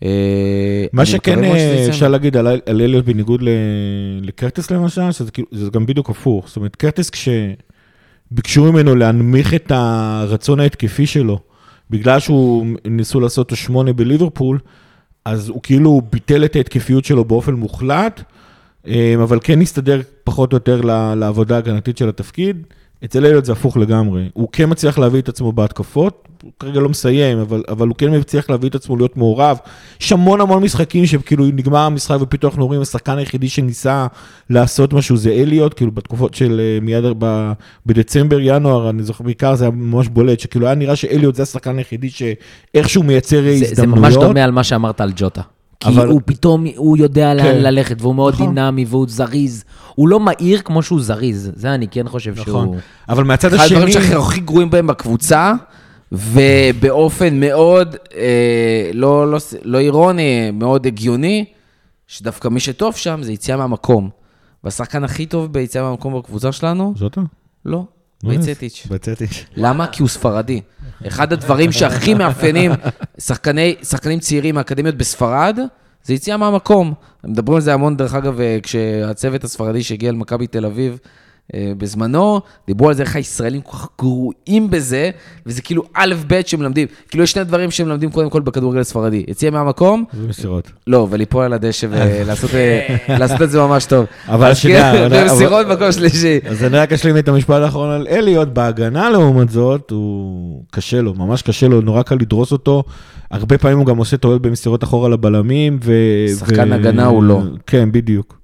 מה שכן אפשר להגיד על אליוט בניגוד לקרטיס למשל, שזה גם בדיוק הפוך. זאת אומרת, קרטיס כשביקשו ממנו להנמיך את הרצון ההתקפי שלו, בגלל שהוא ניסו לעשות אותו 8 בליברפול, אז הוא כאילו ביטל את ההתקפיות שלו באופן מוחלט, אבל כן הסתדר פחות או יותר לעבודה ההגנתית של התפקיד. אצל אליוט זה הפוך לגמרי. הוא כן מצליח להביא את עצמו בהתקפות, הוא כרגע לא מסיים, אבל הוא כן מצליח להביא את עצמו להיות מעורב. יש המון משחקים שכאילו נגמר המשחק ופתאום אנחנו רואים, השחקן היחידי שניסה לעשות משהו זה אליוט, כאילו בתקופות של מיד בדצמבר, ינואר, אני זוכר בעיקר, זה היה ממש בולט, שכאילו היה נראה שאליוט זה השחקן היחידי שאיכשהו מייצר הזדמנויות. זה ממש דומה על מה שאמרת על ג'וטה. כי הוא פתאום, הוא יודע לאן ללכת, והוא מאוד דינמי, והוא זריז. הוא לא מהיר כמו שהוא זריז. זה אני כן חושב שהוא... אבל מהצד השני... אחד הדברים שאנחנו הכי גרועים בהם בקבוצה, ובאופן מאוד, לא אירוני, מאוד הגיוני, שדווקא מי שטוב שם זה יציאה מהמקום. והשחקן הכי טוב ביציאה מהמקום בקבוצה שלנו? ז'וטה? לא. בייצטיץ'. בייצטיץ'. למה? כי הוא ספרדי. אחד הדברים שהכי מאפיינים שחקנים צעירים מהאקדמיות בספרד, זה יציאה מהמקום. מדברים על זה המון, דרך אגב, כשהצוות הספרדי שהגיע למכבי תל אביב בזמנו, דיברו על זה איך הישראלים כל כך גרועים בזה, וזה כאילו א' ב' שמלמדים. כאילו יש שני דברים שמלמדים קודם כל בכדורגל הספרדי. יציאה מהמקום. ומסירות. לא, וליפול על הדשא ולעשות את זה ממש טוב. אבל שנייה. ומסירות מקום שלישי. אז אני רק אשלים את המשפט האחרון על אליוט, בהגנה לעומת זאת, הוא קשה לו, ממש קשה לו, נורא קל לדרוס אותו. הרבה פעמים הוא גם עושה טעות במסירות אחורה לבלמים. שחקן הגנה הוא לא. כן, בדיוק.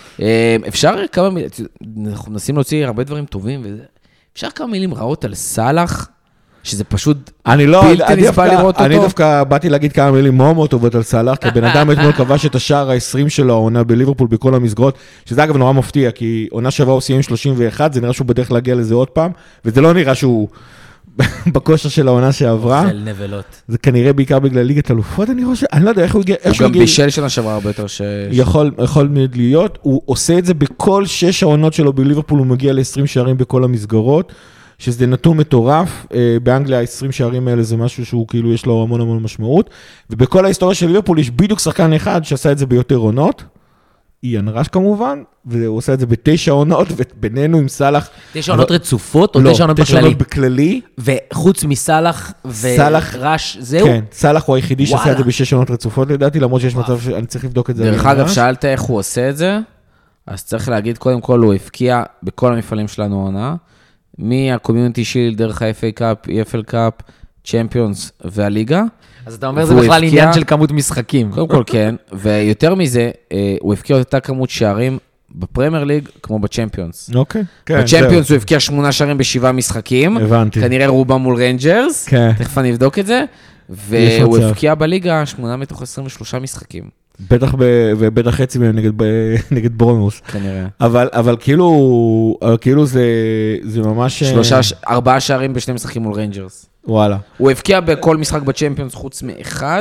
אפשר כמה מילים, אנחנו מנסים להוציא הרבה דברים טובים, אפשר כמה מילים רעות על סלאח, שזה פשוט בלתי נסבל לראות אותו. אני דווקא באתי להגיד כמה מילים מאוד טובות על סלאח, כי הבן אדם אתמול כבש את השער ה-20 שלו, העונה בליברפול בכל המסגרות, שזה אגב נורא מפתיע, כי עונה שעברה הוא סיים 31, זה נראה שהוא בדרך להגיע לזה עוד פעם, וזה לא נראה שהוא בכושר של העונה שעברה. אוכל נבלות. זה כנראה בעיקר בגלל ליגת אלופות, אני חושב, אני לא יודע איך הוא הגיע. הוא גם בישל שנה שעברה הרבה יותר יכול להיות, הוא עושה את זה בכל 6 העונות שלו בליברפול, הוא מגיע ל-20 שערים בכל המסגרות, שזה נתון מטורף, באנגליה 20 שערים האלה זה משהו שהוא כאילו יש לו המון משמעות, ובכל ההיסטוריה של ליברפול יש בדיוק שחקן אחד שעשה את זה ביותר עונות, איאן ראש כמובן, והוא עושה את זה ב9 עונות, ובינינו עם סלאח... 9 עונות רצופות או 9 עונות בכללי? 9 עונות בכללי. וחוץ מסלאח וראש, זהו? כן, סלאח הוא היחידי שעשה את זה ב6 עונות רצופות לדעתי, למרות שיש מצב שאני צריך לבדוק את זה. דרך אגב, שאלת איך הוא עושה את זה, אז צריך להגיד, קודם כל הוא הפקיע בכל המפעלים שלנו עונה, מהקומיוניטי שיל, דרך ה-FA קאפ, EFL קאפ, צ'מפיונס והליגה. אז אתה אומר, זה בכלל עניין של כמות משחקים. קודם כל כן, ויותר מזה, הוא הפקיע אותה כמות שערים בפרמייר ליג, כמו בצ'מפיונס. אוקיי. בצ'מפיונס הוא הפקיע 8 שערים ב7 משחקים. הבנתי. כנראה רובם מול ריינג'רס. תכף אני אבדוק את זה. והוא הפקיע בליגה 8 מתוך 23 משחקים. בטח חצי מהם נגד ברונמוס. כנראה. אבל כאילו זה ממש... 4 שערים בשני משחקים מול ריינג'רס. וואלה. הוא הפקיע בכל משחק בצ'מפיונס חוץ מאחד.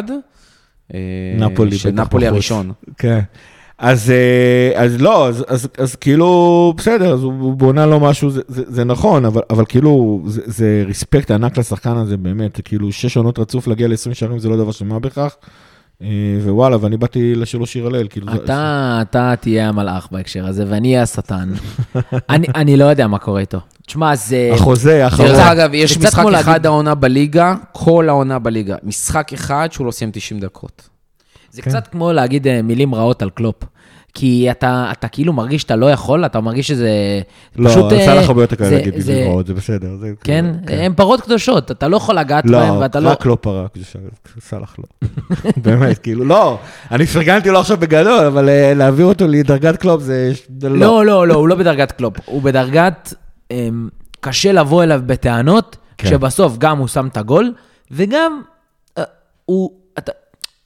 נפולי הראשון. כן. אז לא, אז כאילו, בסדר, אז הוא בונה לו משהו, זה נכון, אבל כאילו, זה ריספקט ענק לשחקן הזה, באמת, כאילו, 6 עונות רצוף להגיע ל-20 שערים, זה לא דבר שמה בכך, ווואלה, ואני באתי לשיר לו שיר הלל, כאילו... אתה תהיה המלאך בהקשר הזה, ואני אהיה השטן. אני לא יודע מה קורה איתו. תשמע, זה... החוזה. דרך אגב, יש משחק אחד העונה בליגה, כל העונה בליגה, משחק אחד שהוא לא סיים 90 דקות. זה קצת כמו להגיד מילים רעות על קלופ. כי אתה כאילו מרגיש שאתה לא יכול, אתה מרגיש שזה פשוט... לא, סלח הרבה יותר כאלה להגיד מילים רעות, זה בסדר. כן? הם פרות קדושות, אתה לא יכול לגעת בהם, ואתה לא... רק לא פרה קדושה, סלח לא. באמת, כאילו, לא, אני פרגנתי לו עכשיו בגדול, אבל להעביר אותו לדרגת קלופ זה... לא, הוא לא בדרגת קלופ, הוא בדרגת... קשה לבוא אליו בטענות, שבסוף גם הוא שם את הגול, וגם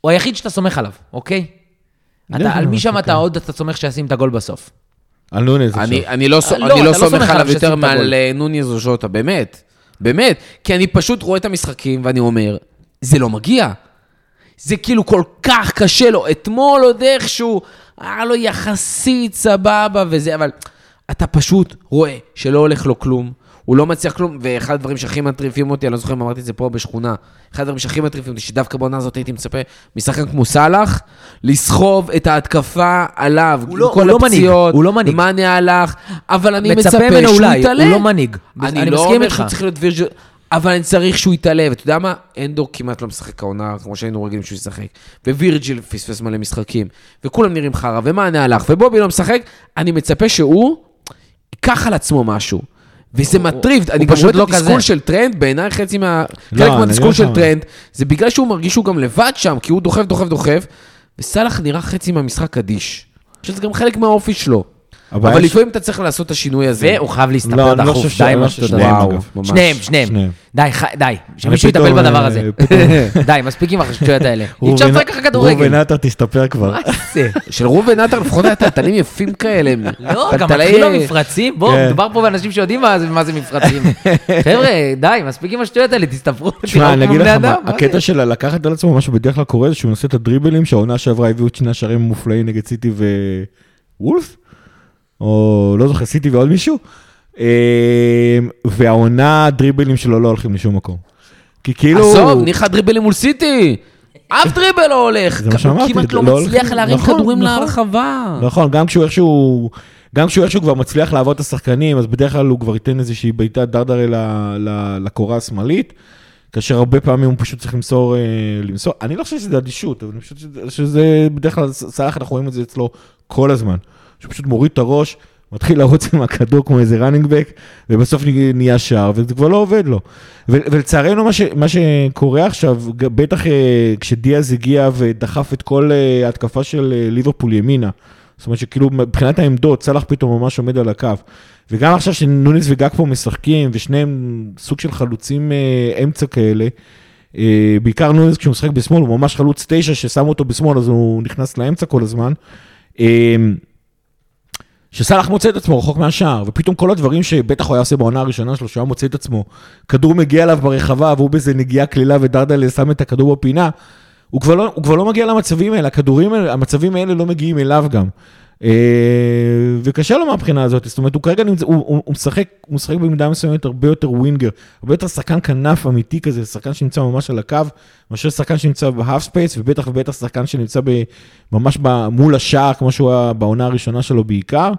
הוא היחיד שאתה סומך עליו, אוקיי? על מי שם אתה עוד אתה סומך שישים את הגול בסוף. על נוניז. אני לא סומך עליו יותר מעל נוניז או ז'וטה, באמת. באמת. כי אני פשוט רואה את המשחקים ואני אומר, זה לא מגיע. זה כאילו כל כך קשה לו. אתמול עוד איכשהו, היה לו יחסית סבבה וזה, אבל אתה פשוט רואה שלא הולך לו כלום. הוא לא מצליח כלום, ואחד הדברים שהכי מטריפים אותי, אני לא זוכר אם אמרתי את זה פה בשכונה, אחד הדברים שהכי מטריפים אותי, שדווקא בעונה הזאת הייתי מצפה, משחקן כמו סלאח, לסחוב את ההתקפה עליו, עם כל הפציעות, מאני הלך, אבל אני מצפה שהוא יתעלה. הוא לא מנהיג, אני לא אומר שהוא צריך להיות וירג'ל, אבל אני צריך שהוא יתעלה, ואתה יודע מה? אנדו כמעט לא משחק העונה, כמו שהיינו רגילים שהוא ישחק, ווירג'יל פספס מלא משחקים, וכולם נראים חרה, ומאני הלך, ובובי לא משחק, אני מצפה שהוא ייקח על עצמו משהו. וזה מטריף, אני גם רואה את התסכול של טרנד, בעיניי חלק מהתסכול של טרנד, זה בגלל שהוא מרגיש שהוא גם לבד שם, כי הוא דוחף, וסלאח נראה חצי מהמשחק אדיש, שזה גם חלק מהאופי שלו. אבל לפעמים אתה צריך לעשות את השינוי הזה. והוא חייב להסתפר דחוף, די משהו. שניהם. די, שמישהו יטפל בדבר הזה. די, מספיק עם השטויות האלה. אי אפשר לשחק ככה כדורגל. רובן עטר תסתפר כבר. של רובן עטר לפחות היה טלטלים יפים כאלה. לא, גם מתחילו מפרצים. בואו, מדובר פה באנשים שיודעים מה זה מפרצים. חבר'ה, די, מספיק עם השטויות האלה, תסתפרו. תשמע, אני אגיד לך מה, הקטע שלה לקחת על עצמו, מה שבדרך כלל קורה, זה שהוא נושא את הדריבלים, שהעונה שעברה הביאו את שני השערים המופלאים נגד סיטי ווולף. או לא זוכר, סיטי ועוד מישהו, והעונה דריבלים שלו לא הולכים לשום מקום. כי כאילו... עזוב, ניחא דריבלים מול סיטי, אף דריבל לא הולך, כמעט לא מצליח להרים כדורים להרחבה. נכון, גם כשהוא איכשהו כבר מצליח לעבוד את השחקנים, אז בדרך כלל הוא כבר ייתן איזושהי בעיטת דרדרה לקורה השמאלית, כאשר הרבה פעמים הוא פשוט צריך למסור, אני לא חושב שזה אדישות, אבל אני חושב שזה בדרך כלל, סלאח אנחנו רואים את זה אצלו כל הזמן. שהוא פשוט מוריד את הראש, מתחיל לרוץ עם הכדור כמו איזה running back, ובסוף נהיה שער, וזה כבר לא עובד לו. ולצערנו מה שקורה עכשיו, בטח כשדיאז הגיע ודחף את כל ההתקפה של ליברפול ימינה, זאת אומרת שכאילו מבחינת העמדות, סלאח פתאום ממש עומד על הקו, וגם עכשיו שנוניס וגג פה משחקים, ושניהם סוג של חלוצים אמצע כאלה, בעיקר נוניס כשהוא משחק בשמאל, הוא ממש חלוץ 9 ששמו אותו בשמאל, אז הוא נכנס לאמצע כל הזמן, שסלאח מוצא את עצמו רחוק מהשער, ופתאום כל הדברים שבטח הוא היה עושה בעונה הראשונה שלו, שהוא היה מוצא את עצמו, כדור מגיע אליו ברחבה, והוא בזה נגיעה כלילה ודרדלה שם את הכדור בפינה, הוא כבר לא מגיע למצבים האלה, המצבים האלה לא מגיעים אליו גם. וקשה לו מהבחינה הזאת, זאת אומרת, הוא כרגע הוא משחק במידה מסוימת הרבה יותר ווינגר, הרבה יותר שחקן כנף אמיתי כזה, שחקן שנמצא ממש על הקו, מאשר שחקן שנמצא בהאף ספייס, ובטח שחקן שנמצא ממש מול השער, כמו שהוא היה בעונה הראשונה שלו בעיקר,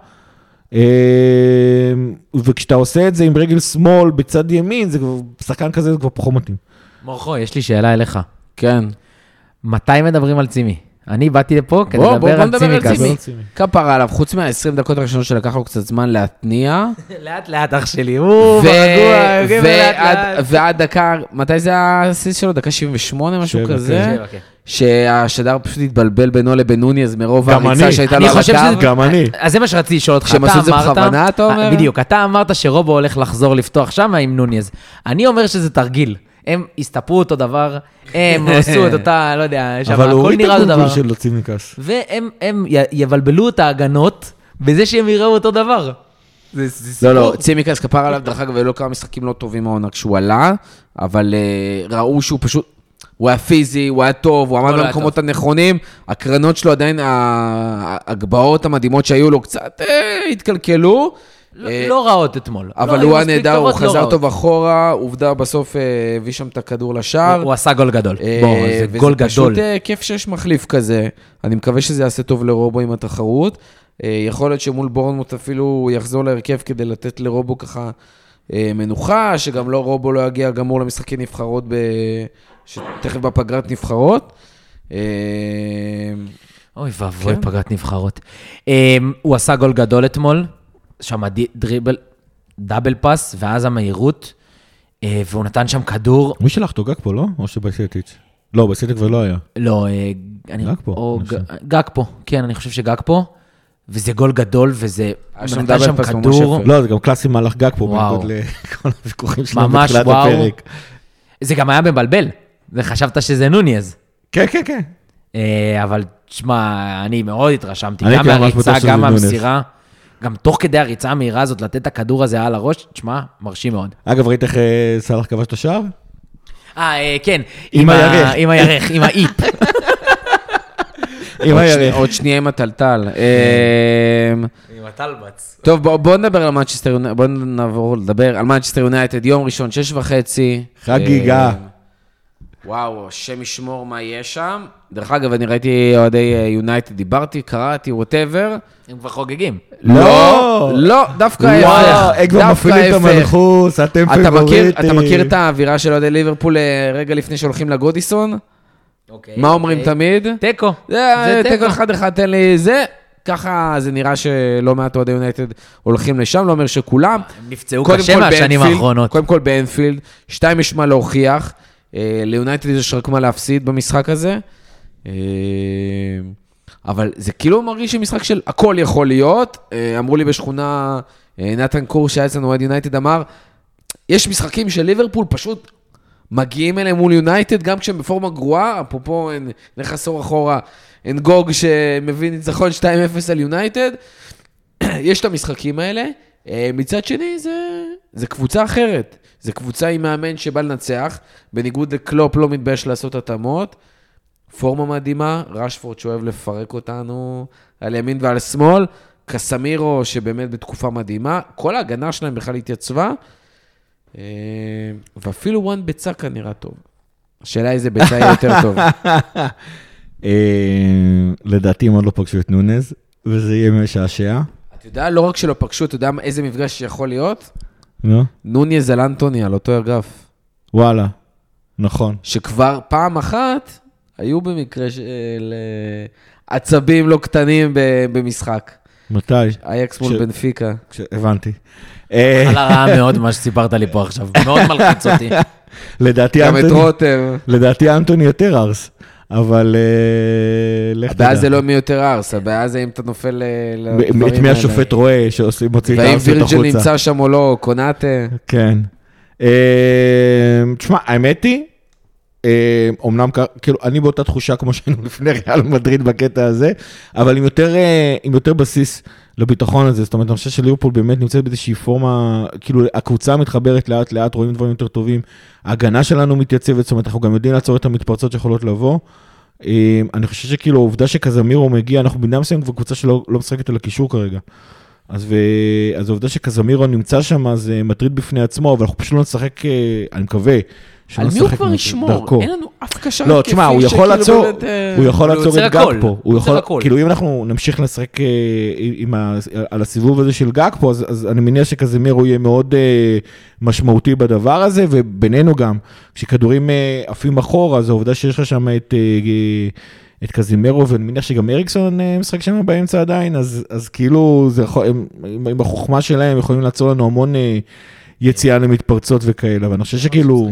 וכשאתה עושה את זה עם רגל שמאל בצד ימין, שחקן כזה זה כבר פחות מתאים. מורכו, יש לי שאלה אליך. כן. מתי מדברים על צימי? אני באתי לפה כדי לדבר על צימי. כפרה עליו, חוץ מה-20 דקות הראשונות שלקח לו קצת זמן להתניע. לאט אח שלי, הוא ברגוע, ועד דקה, מתי זה הסיס שלו? דקה 78, משהו כזה? שהשדר פשוט התבלבל בינו לבין נוניז מרוב הריצה שהייתה לו על הקו. גם אני. אז זה מה שרציתי לשאול אותך. שהם עשו את זה בכוונה, אתה אומר? בדיוק, אתה אמרת שרובו הולך לחזור לפתוח שם עם נוניז. אני אומר שזה תרגיל. הם הסתפרו אותו דבר, הם עשו את אותה, לא יודע, הכל נראה אותו דבר. של צימקס. והם יבלבלו את ההגנות בזה שהם יראו אותו דבר. לא, צימקס כפר עליו, דרך אגב, ולא כמה משחקים לא טובים מהעונה כשהוא עלה, אבל ראו שהוא פשוט, הוא היה פיזי, הוא היה טוב, הוא עמד במקומות הנכונים, הקרנות שלו עדיין, הגבעות המדהימות שהיו לו קצת התקלקלו, לא רעות אתמול. אבל הוא הנהדר, הוא חזר טוב אחורה, עובדה בסוף הביא שם את הכדור לשער. הוא עשה גול גדול. זה גול גדול. וזה פשוט כיף שיש מחליף כזה. אני מקווה שזה יעשה טוב לרובו עם התחרות. יכול להיות שמול בורנמוט אפילו הוא יחזור להרכב כדי לתת לרובו ככה מנוחה, שגם לא רובו לא יגיע גמור למשחקי נבחרות, שתכף בפגרת נבחרות. אוי ואבוי, פגרת נבחרות. הוא עשה גול גדול אתמול. שם דריבל, דאבל פס, ואז המהירות, והוא נתן שם כדור. מי שלח אותו? גג פה, לא? או שבסייטיץ'? לא, בסייטיץ' כבר לא היה. לא, גג פה. גג פה, כן, אני חושב שגג פה, וזה גול גדול, וזה נתן שם כדור. לא, זה גם קלאסי מהלך גג פה, בנקוד לכל הוויכוחים שלנו בתחילת הפרק. זה גם היה מבלבל, וחשבת שזה נוניז. כן, כן, כן. אבל תשמע, אני מאוד התרשמתי, אני גם כאילו ממש מהריצה, בטוח שזה גם נונס. מהמסירה, גם תוך כדי הריצה המהירה הזאת, לתת את הכדור הזה על הראש, תשמע, מרשים מאוד. אגב, ראית איך סלאח כבש את השער? כן. עם הירך. עם הירך, עם האיפ. עם הירך. עוד שנייה עם הטלטל. עם הטלבץ. טוב, בואו נדבר על מנצ'סטר יונייטד, בואו נעבור לדבר על מנצ'סטר יונייטד, יום ראשון, 6:30. חגיגה. וואו, השם ישמור מה יהיה שם. דרך אגב, אני ראיתי אוהדי יונייטד, דיברתי, קראתי, whatever. הם כבר חוגגים. לא, דווקא ההפך. וואו, הם כבר מפעילים את המנחוס, אתם פיבוריטים. אתה מכיר את האווירה של אוהדי ליברפול רגע לפני שהולכים לגודיסון? מה אומרים תמיד? תיקו. זה תיקו 1-1, תן לי זה. ככה זה נראה שלא מעט אוהדי יונייטד הולכים לשם, לא אומר שכולם. הם נפצעו קשה מהשנים האחרונות. קודם כל באנפילד, 2 יש מה להוכיח. ליונייטד יש רק מה להפסיד במשחק הזה. אבל זה כאילו מרגיש שמשחק של הכל יכול להיות. אמרו לי בשכונה, נתן קור שהיה אצלנו אוהד יונייטד אמר, יש משחקים של ליברפול פשוט מגיעים אליהם מול יונייטד, גם כשהם בפורמה גרועה, אפרופו נלך עשור אחורה, אין גוג שמביא ניצחון 2-0 על יונייטד, יש את המשחקים האלה, מצד שני זה קבוצה אחרת, זה קבוצה עם מאמן שבא לנצח, בניגוד לקלופ לא מתבייש לעשות התאמות, פורמה מדהימה, רשפורד שאוהב לפרק אותנו על ימין ועל שמאל, קסמירו שבאמת בתקופה מדהימה, כל ההגנה שלהם בכלל התייצבה, ואפילו וואן ביצה נראה טוב. השאלה איזה ביצה יהיה יותר טוב. לדעתי הם עוד לא פגשו את נונז, וזה יהיה משעשע. אתה יודע, לא רק שלא פגשו, אתה יודע איזה מפגש יכול להיות? נו? נוניז על אנטוני, על אותו ארגף. וואלה, נכון. שכבר פעם אחת היו במקרה של עצבים לא קטנים במשחק. מתי? אייקס מול בנפיקה. הבנתי. על הרעה מאוד מה שסיפרת לי פה עכשיו, מאוד מלחיץ אותי. גם את רותם. לדעתי אנטוני יותר ארס, אבל לך תדע. הבעיה זה לא מי יותר ארס, הבעיה זה אם אתה נופל לדברים האלה. את מי השופט רואה שמוציא את הארס והאם החוצה. וירג'ל נמצא שם או לא, קונאטה. כן. תשמע, האמת היא, אומנם כאילו, אני באותה תחושה כמו שהיינו לפני ריאל מדריד בקטע הזה, אבל עם יותר בסיס לביטחון הזה, זאת אומרת, אני חושב שליברפול באמת נמצאת באיזושהי פורמה, כאילו הקבוצה מתחברת לאט לאט, רואים דברים יותר טובים, ההגנה שלנו מתייצבת, זאת אומרת, אנחנו גם יודעים לעצור את המתפרצות שיכולות לבוא, אני חושב שכאילו העובדה שקזמירו מגיע, אנחנו בינם מסוים כבר קבוצה שלא משחקת על הקישור כרגע, אז העובדה שקזמירו נמצא שם, זה מטריד בפני עצמו, אבל אנחנו פשוט לא נשחק, אני מקווה, על מי הוא כבר ישמור? אין לנו אף קשר לא, תשמע, הוא יכול לעצור את גג פה. הוא יכול, כאילו, אם אנחנו נמשיך לשחק על הסיבוב הזה של גג פה, אז אני מניח שקזמירו יהיה מאוד משמעותי בדבר הזה, ובינינו גם, כשכדורים עפים אחורה, אז העובדה שיש לך שם את קזמירו, ואני מניח שגם אריקסון משחק שם באמצע עדיין, אז כאילו, עם החוכמה שלהם יכולים לעצור לנו המון יציאה למתפרצות וכאלה, ואני חושב שכאילו...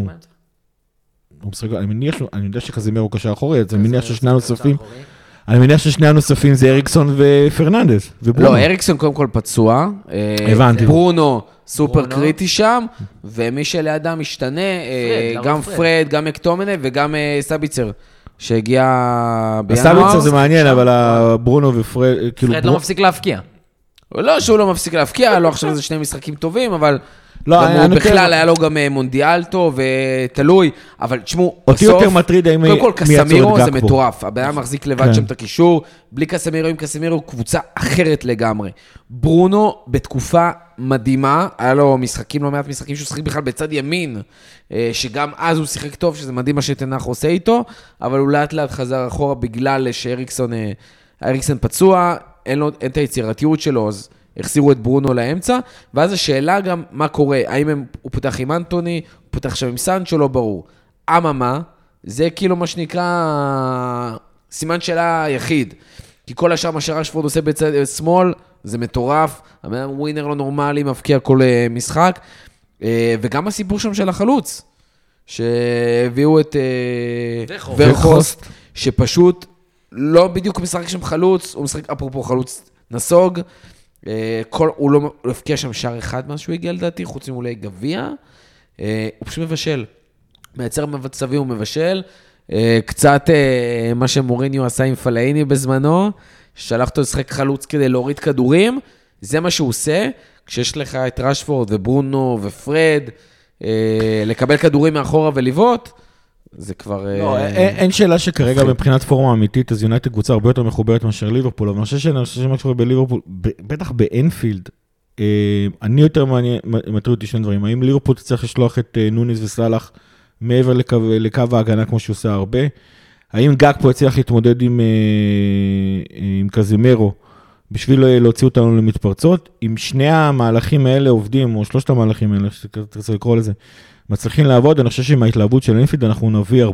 אני יודע שקזמירו קשר אחורי, אז אני מניח ששני הנוספים זה אריקסון ופרננדס. לא, אריקסון קודם כל פצוע. הבנתי. ברונו סופר קריטי שם, ומי שלידם משתנה, גם פרד, גם מקטומנה וגם סביצר, שהגיע בינואר. סביצר זה מעניין, אבל ברונו ופרד... פרד לא מפסיק להפקיע. לא שהוא לא מפסיק להפקיע, לא עכשיו זה שני משחקים טובים, אבל... לא, בכלל היה לו גם מונדיאל טוב ותלוי, אבל תשמעו, אותי יותר מטריד האם קודם כל קסמירו זה מטורף, הבעיה מחזיק לבד שם את הקישור, בלי קסמירו עם קסמירו קבוצה אחרת לגמרי. ברונו בתקופה מדהימה, היה לו משחקים, לא מעט משחקים שהוא שחק בכלל בצד ימין, שגם אז הוא שיחק טוב, שזה מדהים מה שתנח עושה איתו, אבל הוא לאט לאט חזר אחורה בגלל שאריקסון פצוע, אין את היצירתיות שלו, אז החסירו את ברונו לאמצע, ואז השאלה גם מה קורה, האם הוא פותח עם אנטוני, הוא פותח שם עם סנצ'ו, לא ברור. אממה, זה כאילו מה שנקרא סימן שאלה יחיד, כי כל השאר מה שרשפורד עושה בצד שמאל, זה מטורף, ווינר לא נורמלי, מפקיע כל משחק, וגם הסיפור שם של החלוץ, שהביאו את ורכוסט, שפשוט לא בדיוק משחק שם חלוץ, הוא משחק אפרופו חלוץ נסוג, הוא לא הפקיע שם שער אחד מאז שהוא הגיע לדעתי, חוץ מאולי גביע, הוא פשוט מבשל, מייצר מצבים הוא מבשל, קצת מה שמוריניו עשה עם פלאיני בזמנו, שלח אותו לשחק חלוץ כדי להוריד כדורים, זה מה שהוא עושה, כשיש לך את רשפורד וברונו ופרד, לקבל כדורים מאחורה ולבעוט, זה כבר... לא, אין שאלה שכרגע מבחינת פורמה אמיתית, אז יונייטד קבוצה הרבה יותר מחוברת מאשר ליברפול, אבל אני חושב שמה שקורה בליברפול, בטח באנפילד, אני יותר מטריד אותי שני דברים, האם ליברפול צריך לשלוח את נוניס וסלאח מעבר לקו ההגנה כמו שהוא עושה הרבה, האם גאק פה יצליח להתמודד עם קזימרו, בשביל להוציא אותנו למתפרצות, אם שני המהלכים האלה עובדים, או שלושת המהלכים האלה, שתרצה לקרוא לזה, מצליחים לעבוד, אני חושב שעם ההתלהבות של אנפילד, אנחנו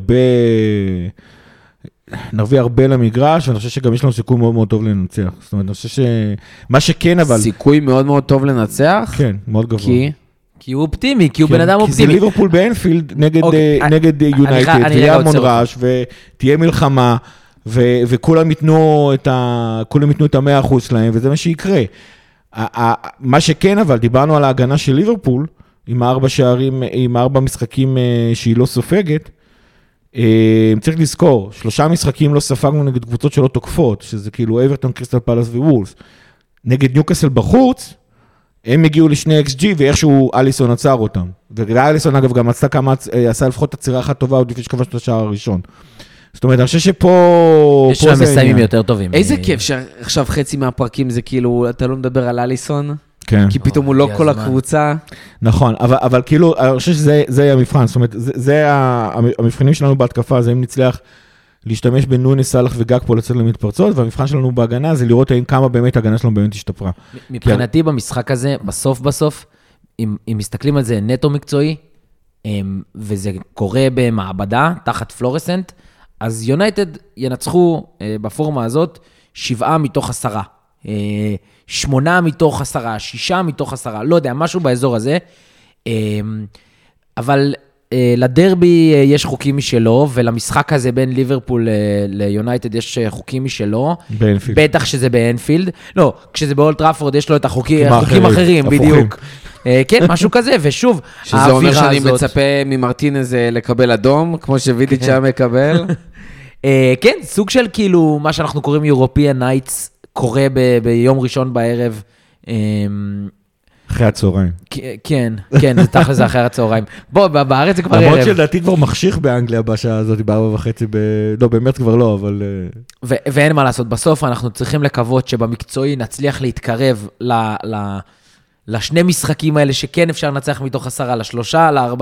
נביא הרבה למגרש, ואני חושב שגם יש לנו סיכוי מאוד מאוד טוב לנצח. זאת אומרת, אני חושב שמה שכן, אבל... סיכוי מאוד מאוד טוב לנצח? כן, מאוד גבוה. כי הוא אופטימי, כי הוא בן אדם אופטימי. כי זה ליברפול באנפילד נגד יונייטד, ויהיה המון רעש, ותהיה מלחמה, וכולם ייתנו את ה-100% שלהם, וזה מה שיקרה. מה שכן, אבל דיברנו על ההגנה של ליברפול, עם 4 שערים, עם 4 משחקים שהיא לא סופגת, צריך לזכור, 3 משחקים לא ספגנו נגד קבוצות שלא תוקפות, שזה כאילו אברטון, קריסטל פלאס ווולס. נגד ניוקאסל בחוץ, הם הגיעו לשני XG, ואיכשהו אליסון עצר אותם. ואליסון אגב גם עשה לפחות עצירה אחת טובה, עוד לפני שכבש את השער הראשון. זאת אומרת, אני חושב שפה... יש להם מסיימים יותר טובים. איזה כיף שעכשיו חצי מהפרקים זה כאילו, אתה לא מדבר על אליסון, כן. כי פתאום הוא לא כל הקבוצה. נכון, אבל כאילו, אני חושב שזה המבחן, זאת אומרת, זה המבחנים שלנו בהתקפה, זה אם נצליח להשתמש בנוניס, סלאח וגאק פה לצאת למתפרצות, והמבחן שלנו בהגנה זה לראות האם כמה באמת ההגנה שלנו באמת השתפרה. מבחינתי במשחק הזה, בסוף, אם מסתכלים על זה נטו מקצועי, וזה קורה במעבדה, תחת פלורסנט, אז יונייטד ינצחו בפורמה הזאת 7 מתוך 10. 8 מתוך 10, 6 מתוך 10, לא יודע, משהו באזור הזה. אבל לדרבי יש חוקים משלו, ולמשחק הזה בין ליברפול ליונייטד יש חוקים משלו. באנפילד. בטח שזה באנפילד. לא, כשזה באולט טראפורד יש לו את החוקים אחרים, בדיוק. כן, משהו כזה, ושוב, שזה אומר שאני מצפה ממרטינז לקבל אדום, כמו שווידיץ' היה מקבל. כן, סוג של כאילו, מה שאנחנו קוראים European Nights, קורה ביום ראשון בערב. אחרי הצהריים. כן, זה תכל'ס אחרי הצהריים. בוא, בארץ זה כבר ערב. למרות שלדעתי כבר מחשיך באנגליה בשעה הזאת, ב4:30, לא, באמת כבר לא, אבל... ואין מה לעשות, בסוף אנחנו צריכים לקוות שבמקצועי נצליח להתקרב לשני משחקים האלה, שכן אפשר לנצח מתוך 10, ל3, ל4,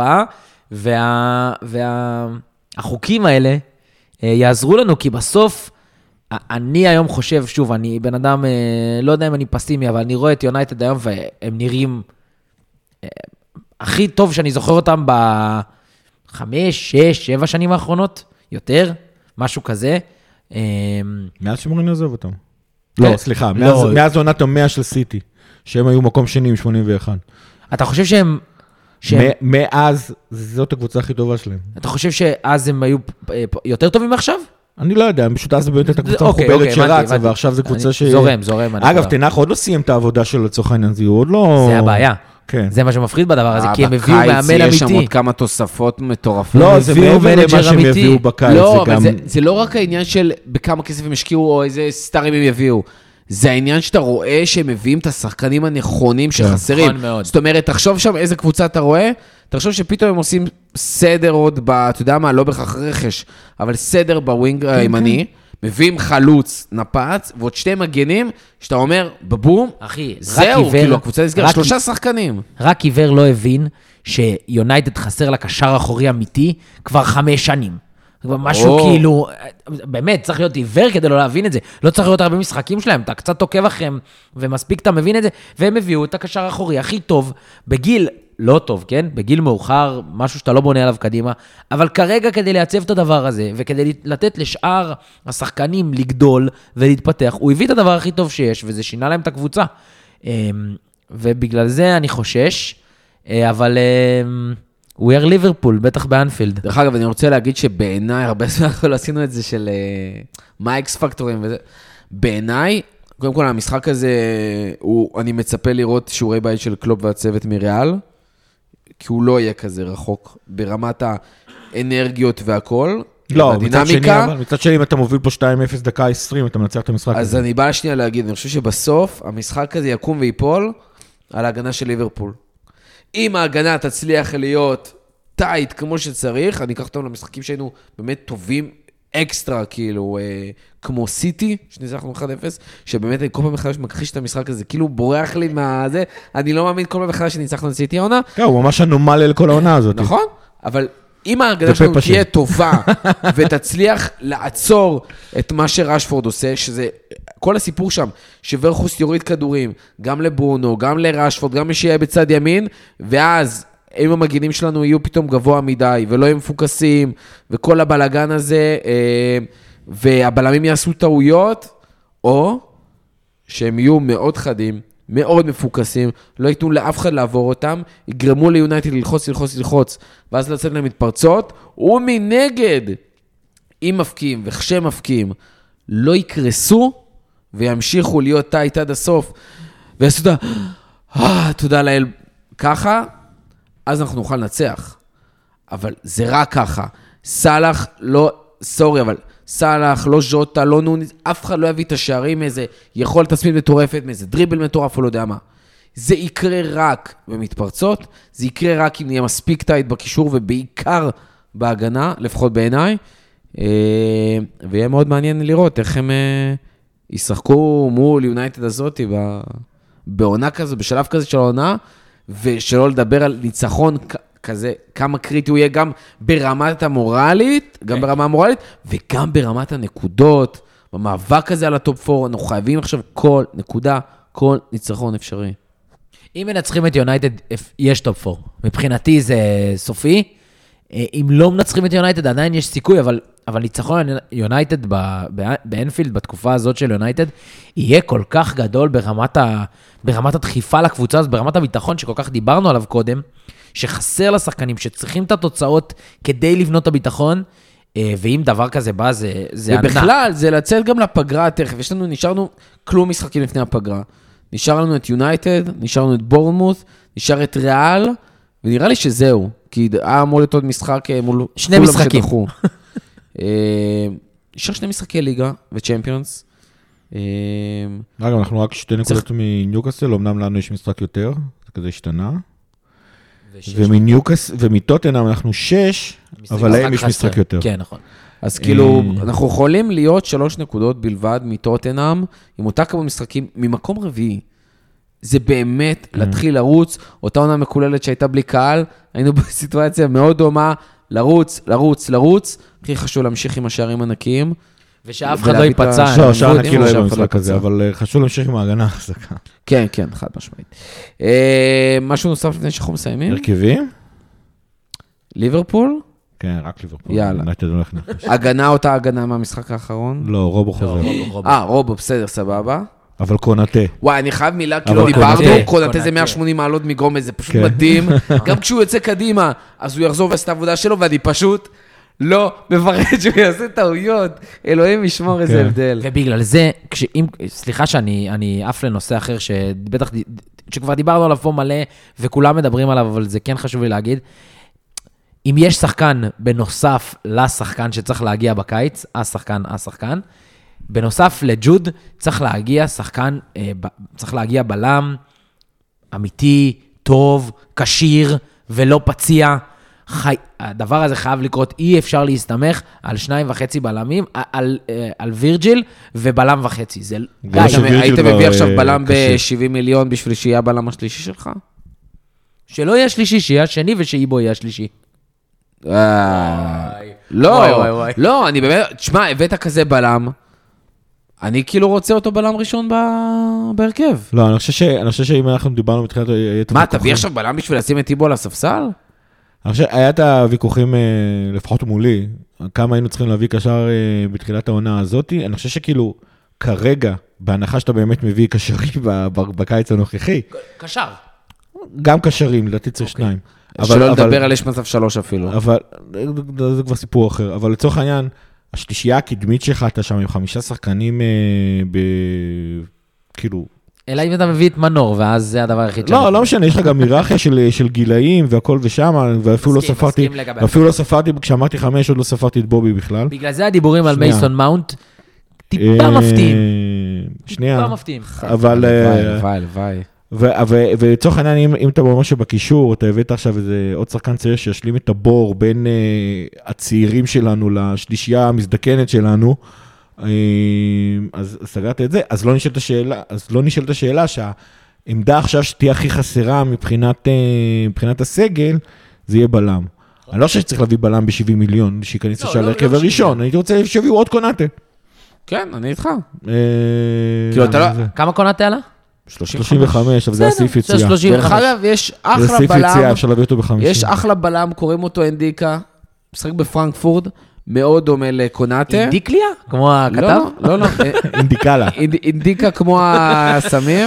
והחוקים האלה יעזרו לנו, כי בסוף, אני היום חושב, שוב, אני בן אדם, לא יודע אם אני פסימי, אבל אני רואה את יונייטד היום, והם נראים הכי טוב שאני זוכר אותם ב5, 6, 7 שנים האחרונות, יותר, משהו כזה. מאז שמוריניו עזב אותם. לא, סליחה, מאז עונת ה100 של סיטי, שהם היו מקום שני עם 81. אתה חושב שהם... מאז, זאת הקבוצה הכי טובה שלהם. אתה חושב שאז הם היו יותר טובים מעכשיו? אני לא יודע, פשוט אז באמת הייתה קבוצה מחוברת שרצה, ועכשיו זו קבוצה ש... זורם. אגב, תנח עוד לא סיים את העבודה שלו לצורך העניין, זה עוד לא... זה הבעיה. כן. זה מה שמפחיד בדבר הזה, כי הם הביאו מאמן אמיתי. בקיץ יש שם עוד כמה תוספות מטורפות. לא, זה מעבר למה שהם יביאו בקיץ. לא, אבל זה לא רק העניין של בכמה כסף הם השקיעו, או איזה סטארים הם יביאו. זה העניין שאתה רואה שהם מביאים את השחקנים הנכונים שחסרים. זאת אומרת, תחשוב שם איזה קבוצה אתה רואה, תחשוב שפתאום הם עושים סדר עוד, אתה יודע מה, לא בכך רכש, אבל סדר בווינג הימני, מביאים חלוץ, נפץ, ועוד 2 מגנים, שאתה אומר, בבום, אחי, זהו, כאילו, הקבוצה נסגרה, 3 שחקנים. רק עיוור לא הבין שיונייטד חסר לקשר אחורי אמיתי כבר 5 שנים. משהו כאילו, באמת, צריך להיות עיוור כדי לא להבין את זה. לא צריך להיות הרבה משחקים שלהם, אתה קצת תוקב לכם, ומספיק אתה מבין את זה, והם הביאו את הקשר האחורי הכי טוב, בגיל לא טוב, כן? בגיל מאוחר, משהו שאתה לא בונה עליו קדימה, אבל כרגע כדי לייצב את הדבר הזה, וכדי לתת לשאר השחקנים לגדול ולהתפתח, הוא הביא את הדבר הכי טוב שיש, וזה שינה להם את הקבוצה. ובגלל זה אני חושש, אבל... We are ליברפול, בטח באנפילד. דרך אגב, אני רוצה להגיד שבעיניי, הרבה זמן לא עשינו את זה של מה אקס פקטורים וזה. בעיניי, קודם כל, המשחק הזה, אני מצפה לראות שיעורי בית של קלופ והצוות מריאל, כי הוא לא יהיה כזה רחוק ברמת האנרגיות והכל. לא, הדינמיקה. מצד שני, אם אתה מוביל פה 2-0 דקה 20, אתה מנצח את המשחק הזה. אז אני בא לשנייה להגיד, אני חושב שבסוף המשחק הזה יקום ויפול על ההגנה של ליברפול. אם ההגנה תצליח להיות טייט כמו שצריך, אני אקח אותם למשחקים שהיינו באמת טובים אקסטרה, כאילו, כמו סיטי, שניצחנו 1-0, שבאמת אני כל פעם מחדש מכחיש את המשחק הזה, כאילו בורח לי מהזה, אני לא מאמין כל פעם מחדש שניצחנו את סיטי העונה. כן, הוא ממש אנומליה לכל העונה הזאת. נכון, אבל אם ההגנה שלנו תהיה טובה, ותצליח לעצור את מה שרשפורד עושה, שזה כל הסיפור שם, שוורחוס יוריד כדורים, גם לברונו, גם לרשפורד, גם מי שיהיה בצד ימין, ואז אם המגינים שלנו יהיו פתאום גבוה מדי, ולא יהיו מפוקסים, וכל הבלגן הזה, והבלמים יעשו טעויות, או שהם יהיו מאוד חדים, מאוד מפוקסים, לא ייתנו לאף אחד לעבור אותם, יגרמו ליונייטד ללחוץ, ואז לצאת להם מתפרצות, ומנגד, אם מפקים וכשהם מפקים, לא יקרסו, וימשיכו להיות טייט עד הסוף, ויעשו את תודה לאל, ככה, אז אנחנו נוכל לנצח. אבל זה רק ככה. סלח לא, סורי, אבל סלח, לא ז'וטה, לא נוניס, אף אחד לא יביא את השערים מאיזה יכולת עצמית מטורפת, מאיזה דריבל מטורף, או לא יודע מה. זה יקרה רק במתפרצות, זה יקרה רק אם נהיה מספיק טייט בקישור, ובעיקר בהגנה, לפחות בעיניי, ויהיה מאוד מעניין לראות איך הם ישחקו מול יונייטד הזאת, בעונה כזו, בשלב כזה של העונה, ושלא לדבר על ניצחון כזה, כמה קריטי הוא יהיה גם ברמת המורלית, גם ברמה המורלית, וגם ברמת הנקודות, במאבק הזה על הטופ 4, אנחנו חייבים עכשיו כל נקודה, כל ניצחון אפשרי. אם מנצחים את יונייטד, יש טופ 4. מבחינתי זה סופי. אם לא מנצחים את יונייטד, עדיין יש סיכוי, אבל ניצחון יונייטד באנפילד, בתקופה הזאת של יונייטד, יהיה כל כך גדול ברמת הדחיפה לקבוצה הזאת, ברמת הביטחון שכל כך דיברנו עליו קודם, שחסר לשחקנים, שצריכים את התוצאות כדי לבנות את הביטחון, ואם דבר כזה בא, זה ענק. ובכלל, זה לצאת גם לפגרה תכף. נשארנו כלום משחקים לפני הפגרה. נשאר לנו את יונייטד, נשארנו את בורנמות', נשאר את ריאל, ונראה לי שזהו. כי אמור להיות עוד משחק מול... שני משחקים. נשאר 2 משחקי ליגה וצ'מפיונס. רגע, אנחנו רק 2 נקודות מניוקאסל, אמנם לנו יש משחק יותר, זה כזה השתנה. ומטוטנהאם אנחנו 6, אבל להם יש משחק יותר. כן, נכון. אז כאילו, אנחנו יכולים להיות 3 נקודות בלבד מטוטנהאם, עם אותה כמה משחקים, ממקום רביעי. זה באמת להתחיל לרוץ, אותה עונה מקוללת שהייתה בלי קהל, היינו בסיטואציה מאוד דומה, לרוץ, הכי חשוב להמשיך עם השערים ענקיים. ושאף אחד לא ייפצע. שער ענקי לא יהיה במשחק הזה, אבל חשוב להמשיך עם ההגנה החזקה. כן, חד משמעית. משהו נוסף לפני שאנחנו מסיימים? הרכבים? ליברפול? כן, רק ליברפול. יאללה. הגנה אותה הגנה מהמשחק האחרון? לא, רובו חוזר. רובו, בסדר, סבבה. אבל קונאטה. וואי, אני חייב מילה, כאילו דיברנו, קונאטה זה 180 מעלות מגומז, זה פשוט מדהים. גם כשהוא יוצא קדימה, אז הוא יחזור ועשה את העבודה שלו, ואני פשוט לא מפחד שהוא יעשה טעויות. אלוהים ישמור איזה הבדל. ובגלל זה, סליחה שאני עף לנושא אחר, שבטח, שכבר דיברנו עליו פה מלא, וכולם מדברים עליו, אבל זה כן חשוב לי להגיד, אם יש שחקן בנוסף לשחקן שצריך להגיע בקיץ, השחקן, בנוסף לג'וד, צריך להגיע בלם, אמיתי, טוב, קשיר, ולא פציע. הדבר הזה חייב לקרות, אי אפשר להסתמך על 2.5 בלמים, על וירג'יל ובלם וחצי. היית מביא עכשיו בלם ב-70 מיליון בשביל שיהיה הבלם השלישי שלך? שלא יהיה שלישי, שיהיה שני ושאיבו יהיה שלישי. לא, אני באמת, תשמע, הבאת כזה בלם, אני כאילו רוצה אותו בלם ראשון בהרכב. לא, אני חושב שאם אנחנו דיברנו בתחילת... מה, תביא עכשיו בלם בשביל לשים את איבו על הספסל? אני חושב היה את הוויכוחים, לפחות מולי, כמה היינו צריכים להביא קשר בתחילת העונה הזאת. אני חושב שכאילו, כרגע, בהנחה שאתה באמת מביא קשרים בקיץ הנוכחי. קשר. גם קשרים, לדעתי צריך 2. שלא לדבר על יש מצב 3 אפילו. אבל, זה כבר סיפור אחר. אבל לצורך העניין, השלישייה הקדמית שלך, אתה שם עם 5 שחקנים, כאילו, אלא אם אתה מביא את מנור, ואז זה הדבר היחיד שאני... לא משנה, יש לך גם היררכיה של גילאים והכל ושם, ואפילו לא ספרתי, כשאמרתי 5, עוד לא ספרתי את בובי בכלל. בגלל זה הדיבורים על מייסון מאונט, טיפה מפתיעים. שנייה. טיפה מפתיעים. אבל... הלוואי. ולצורך העניין, אם אתה אומר שבקישור, אתה הבאת עכשיו איזה עוד שחקן צעיר שישלים את הבור בין הצעירים שלנו לשלישייה המזדקנת שלנו, אז סגרת את זה, אז לא נשאלת השאלה שהעמדה עכשיו שתהיה הכי חסרה מבחינת הסגל, זה יהיה בלם. אני לא חושב שצריך להביא בלם ב-70 מיליון, שייכנס לשאל הרכב הראשון, הייתי רוצה שיביאו עוד קונאטה. כן, אני איתך. כמה קונאטה עלה? 35, אבל זה הסעיף יציאה. דרך אגב, יש אחלה בלם. זה סעיף יציאה, אפשר להביא אותו ב-50. יש אחלה בלם, קוראים אותו אינדיקה, משחק בפרנקפורט, מאוד דומה לקונאטה. אינדיקליה? כמו הכתב? לא. אינדיקלה. אינדיקה כמו הסמים,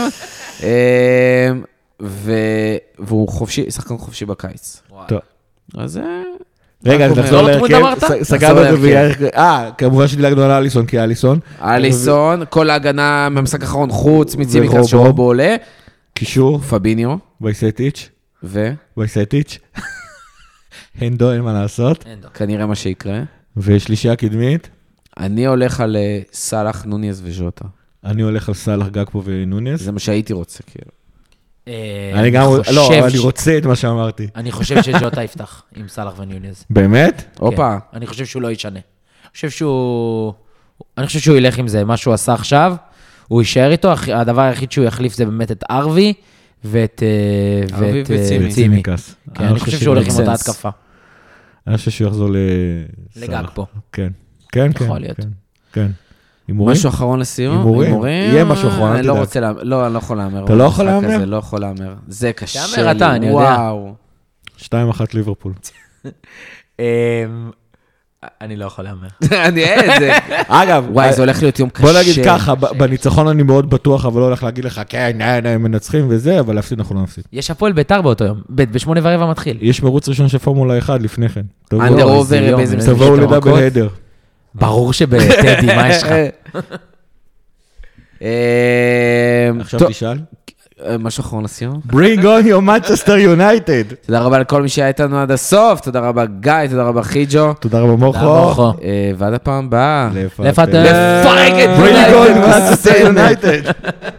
והוא חופשי, שחקן חופשי בקיץ. טוב. אז רגע, אז נחזור להרכב, סגרנו את זה, כמובן שדילגנו על אליסון, כי אליסון, כל ההגנה מהמשחק האחרון חוץ, מצימקס שרובו עולה. קישור. פביניו. וייסטיץ'. ו? וייסטיץ'. הנדו, אין מה לעשות. כנראה מה שיקרה. ושלישייה קדמית. אני הולך על סלח, נוניז וז'וטה. אני הולך על סלח, גקפו ונוניז. זה מה שהייתי רוצה, כאילו. אני גם, לא, אני רוצה את מה שאמרתי. אני חושב שג'וטה יפתח עם סלח וניוניז. באמת? אופה. אני חושב שהוא לא ישנה. אני חושב שהוא ילך עם זה, מה שהוא עשה עכשיו, הוא יישאר איתו, הדבר היחיד שהוא יחליף זה באמת את ארווי, ואת צימי. אני חושב שהוא הולך עם אותה התקפה. אני חושב שהוא יחזור לגג פה. כן, כן, כן. משהו אחרון לסיום? הימורים? יהיה משהו אחרון, אני לא רוצה להמר. לא, אני לא יכול להמר. אתה לא יכול להמר? לא יכול להמר. זה קשה לי. תאמר אתה, אני יודע. 2-1 ליברפול. אני לא יכול להמר. אני אין זה. אגב, וואי, זה הולך להיות יום קשה. בוא נגיד ככה, בניצחון אני מאוד בטוח, אבל לא הולך להגיד לך, כן, הם מנצחים וזה, אבל להפסיד אנחנו לא נפסיד. יש הפועל ביתר באותו יום, ב8:15 מתחיל. יש מרוץ ראשון של פורמולה 1 לפני כן. אנדר אובר באיזה משחק. תבואו לדאבל הדר. ברור שבטדי, מה יש לך? עכשיו תשאל. משהו אחרון לסיום. Bring on your Manchester United. תודה רבה לכל מי שהיה איתנו עד הסוף, תודה רבה גיא, תודה רבה חיג'ו. תודה רבה מוחו. ועד הפעם הבאה. לפטר. לפרק את Bring on Manchester United.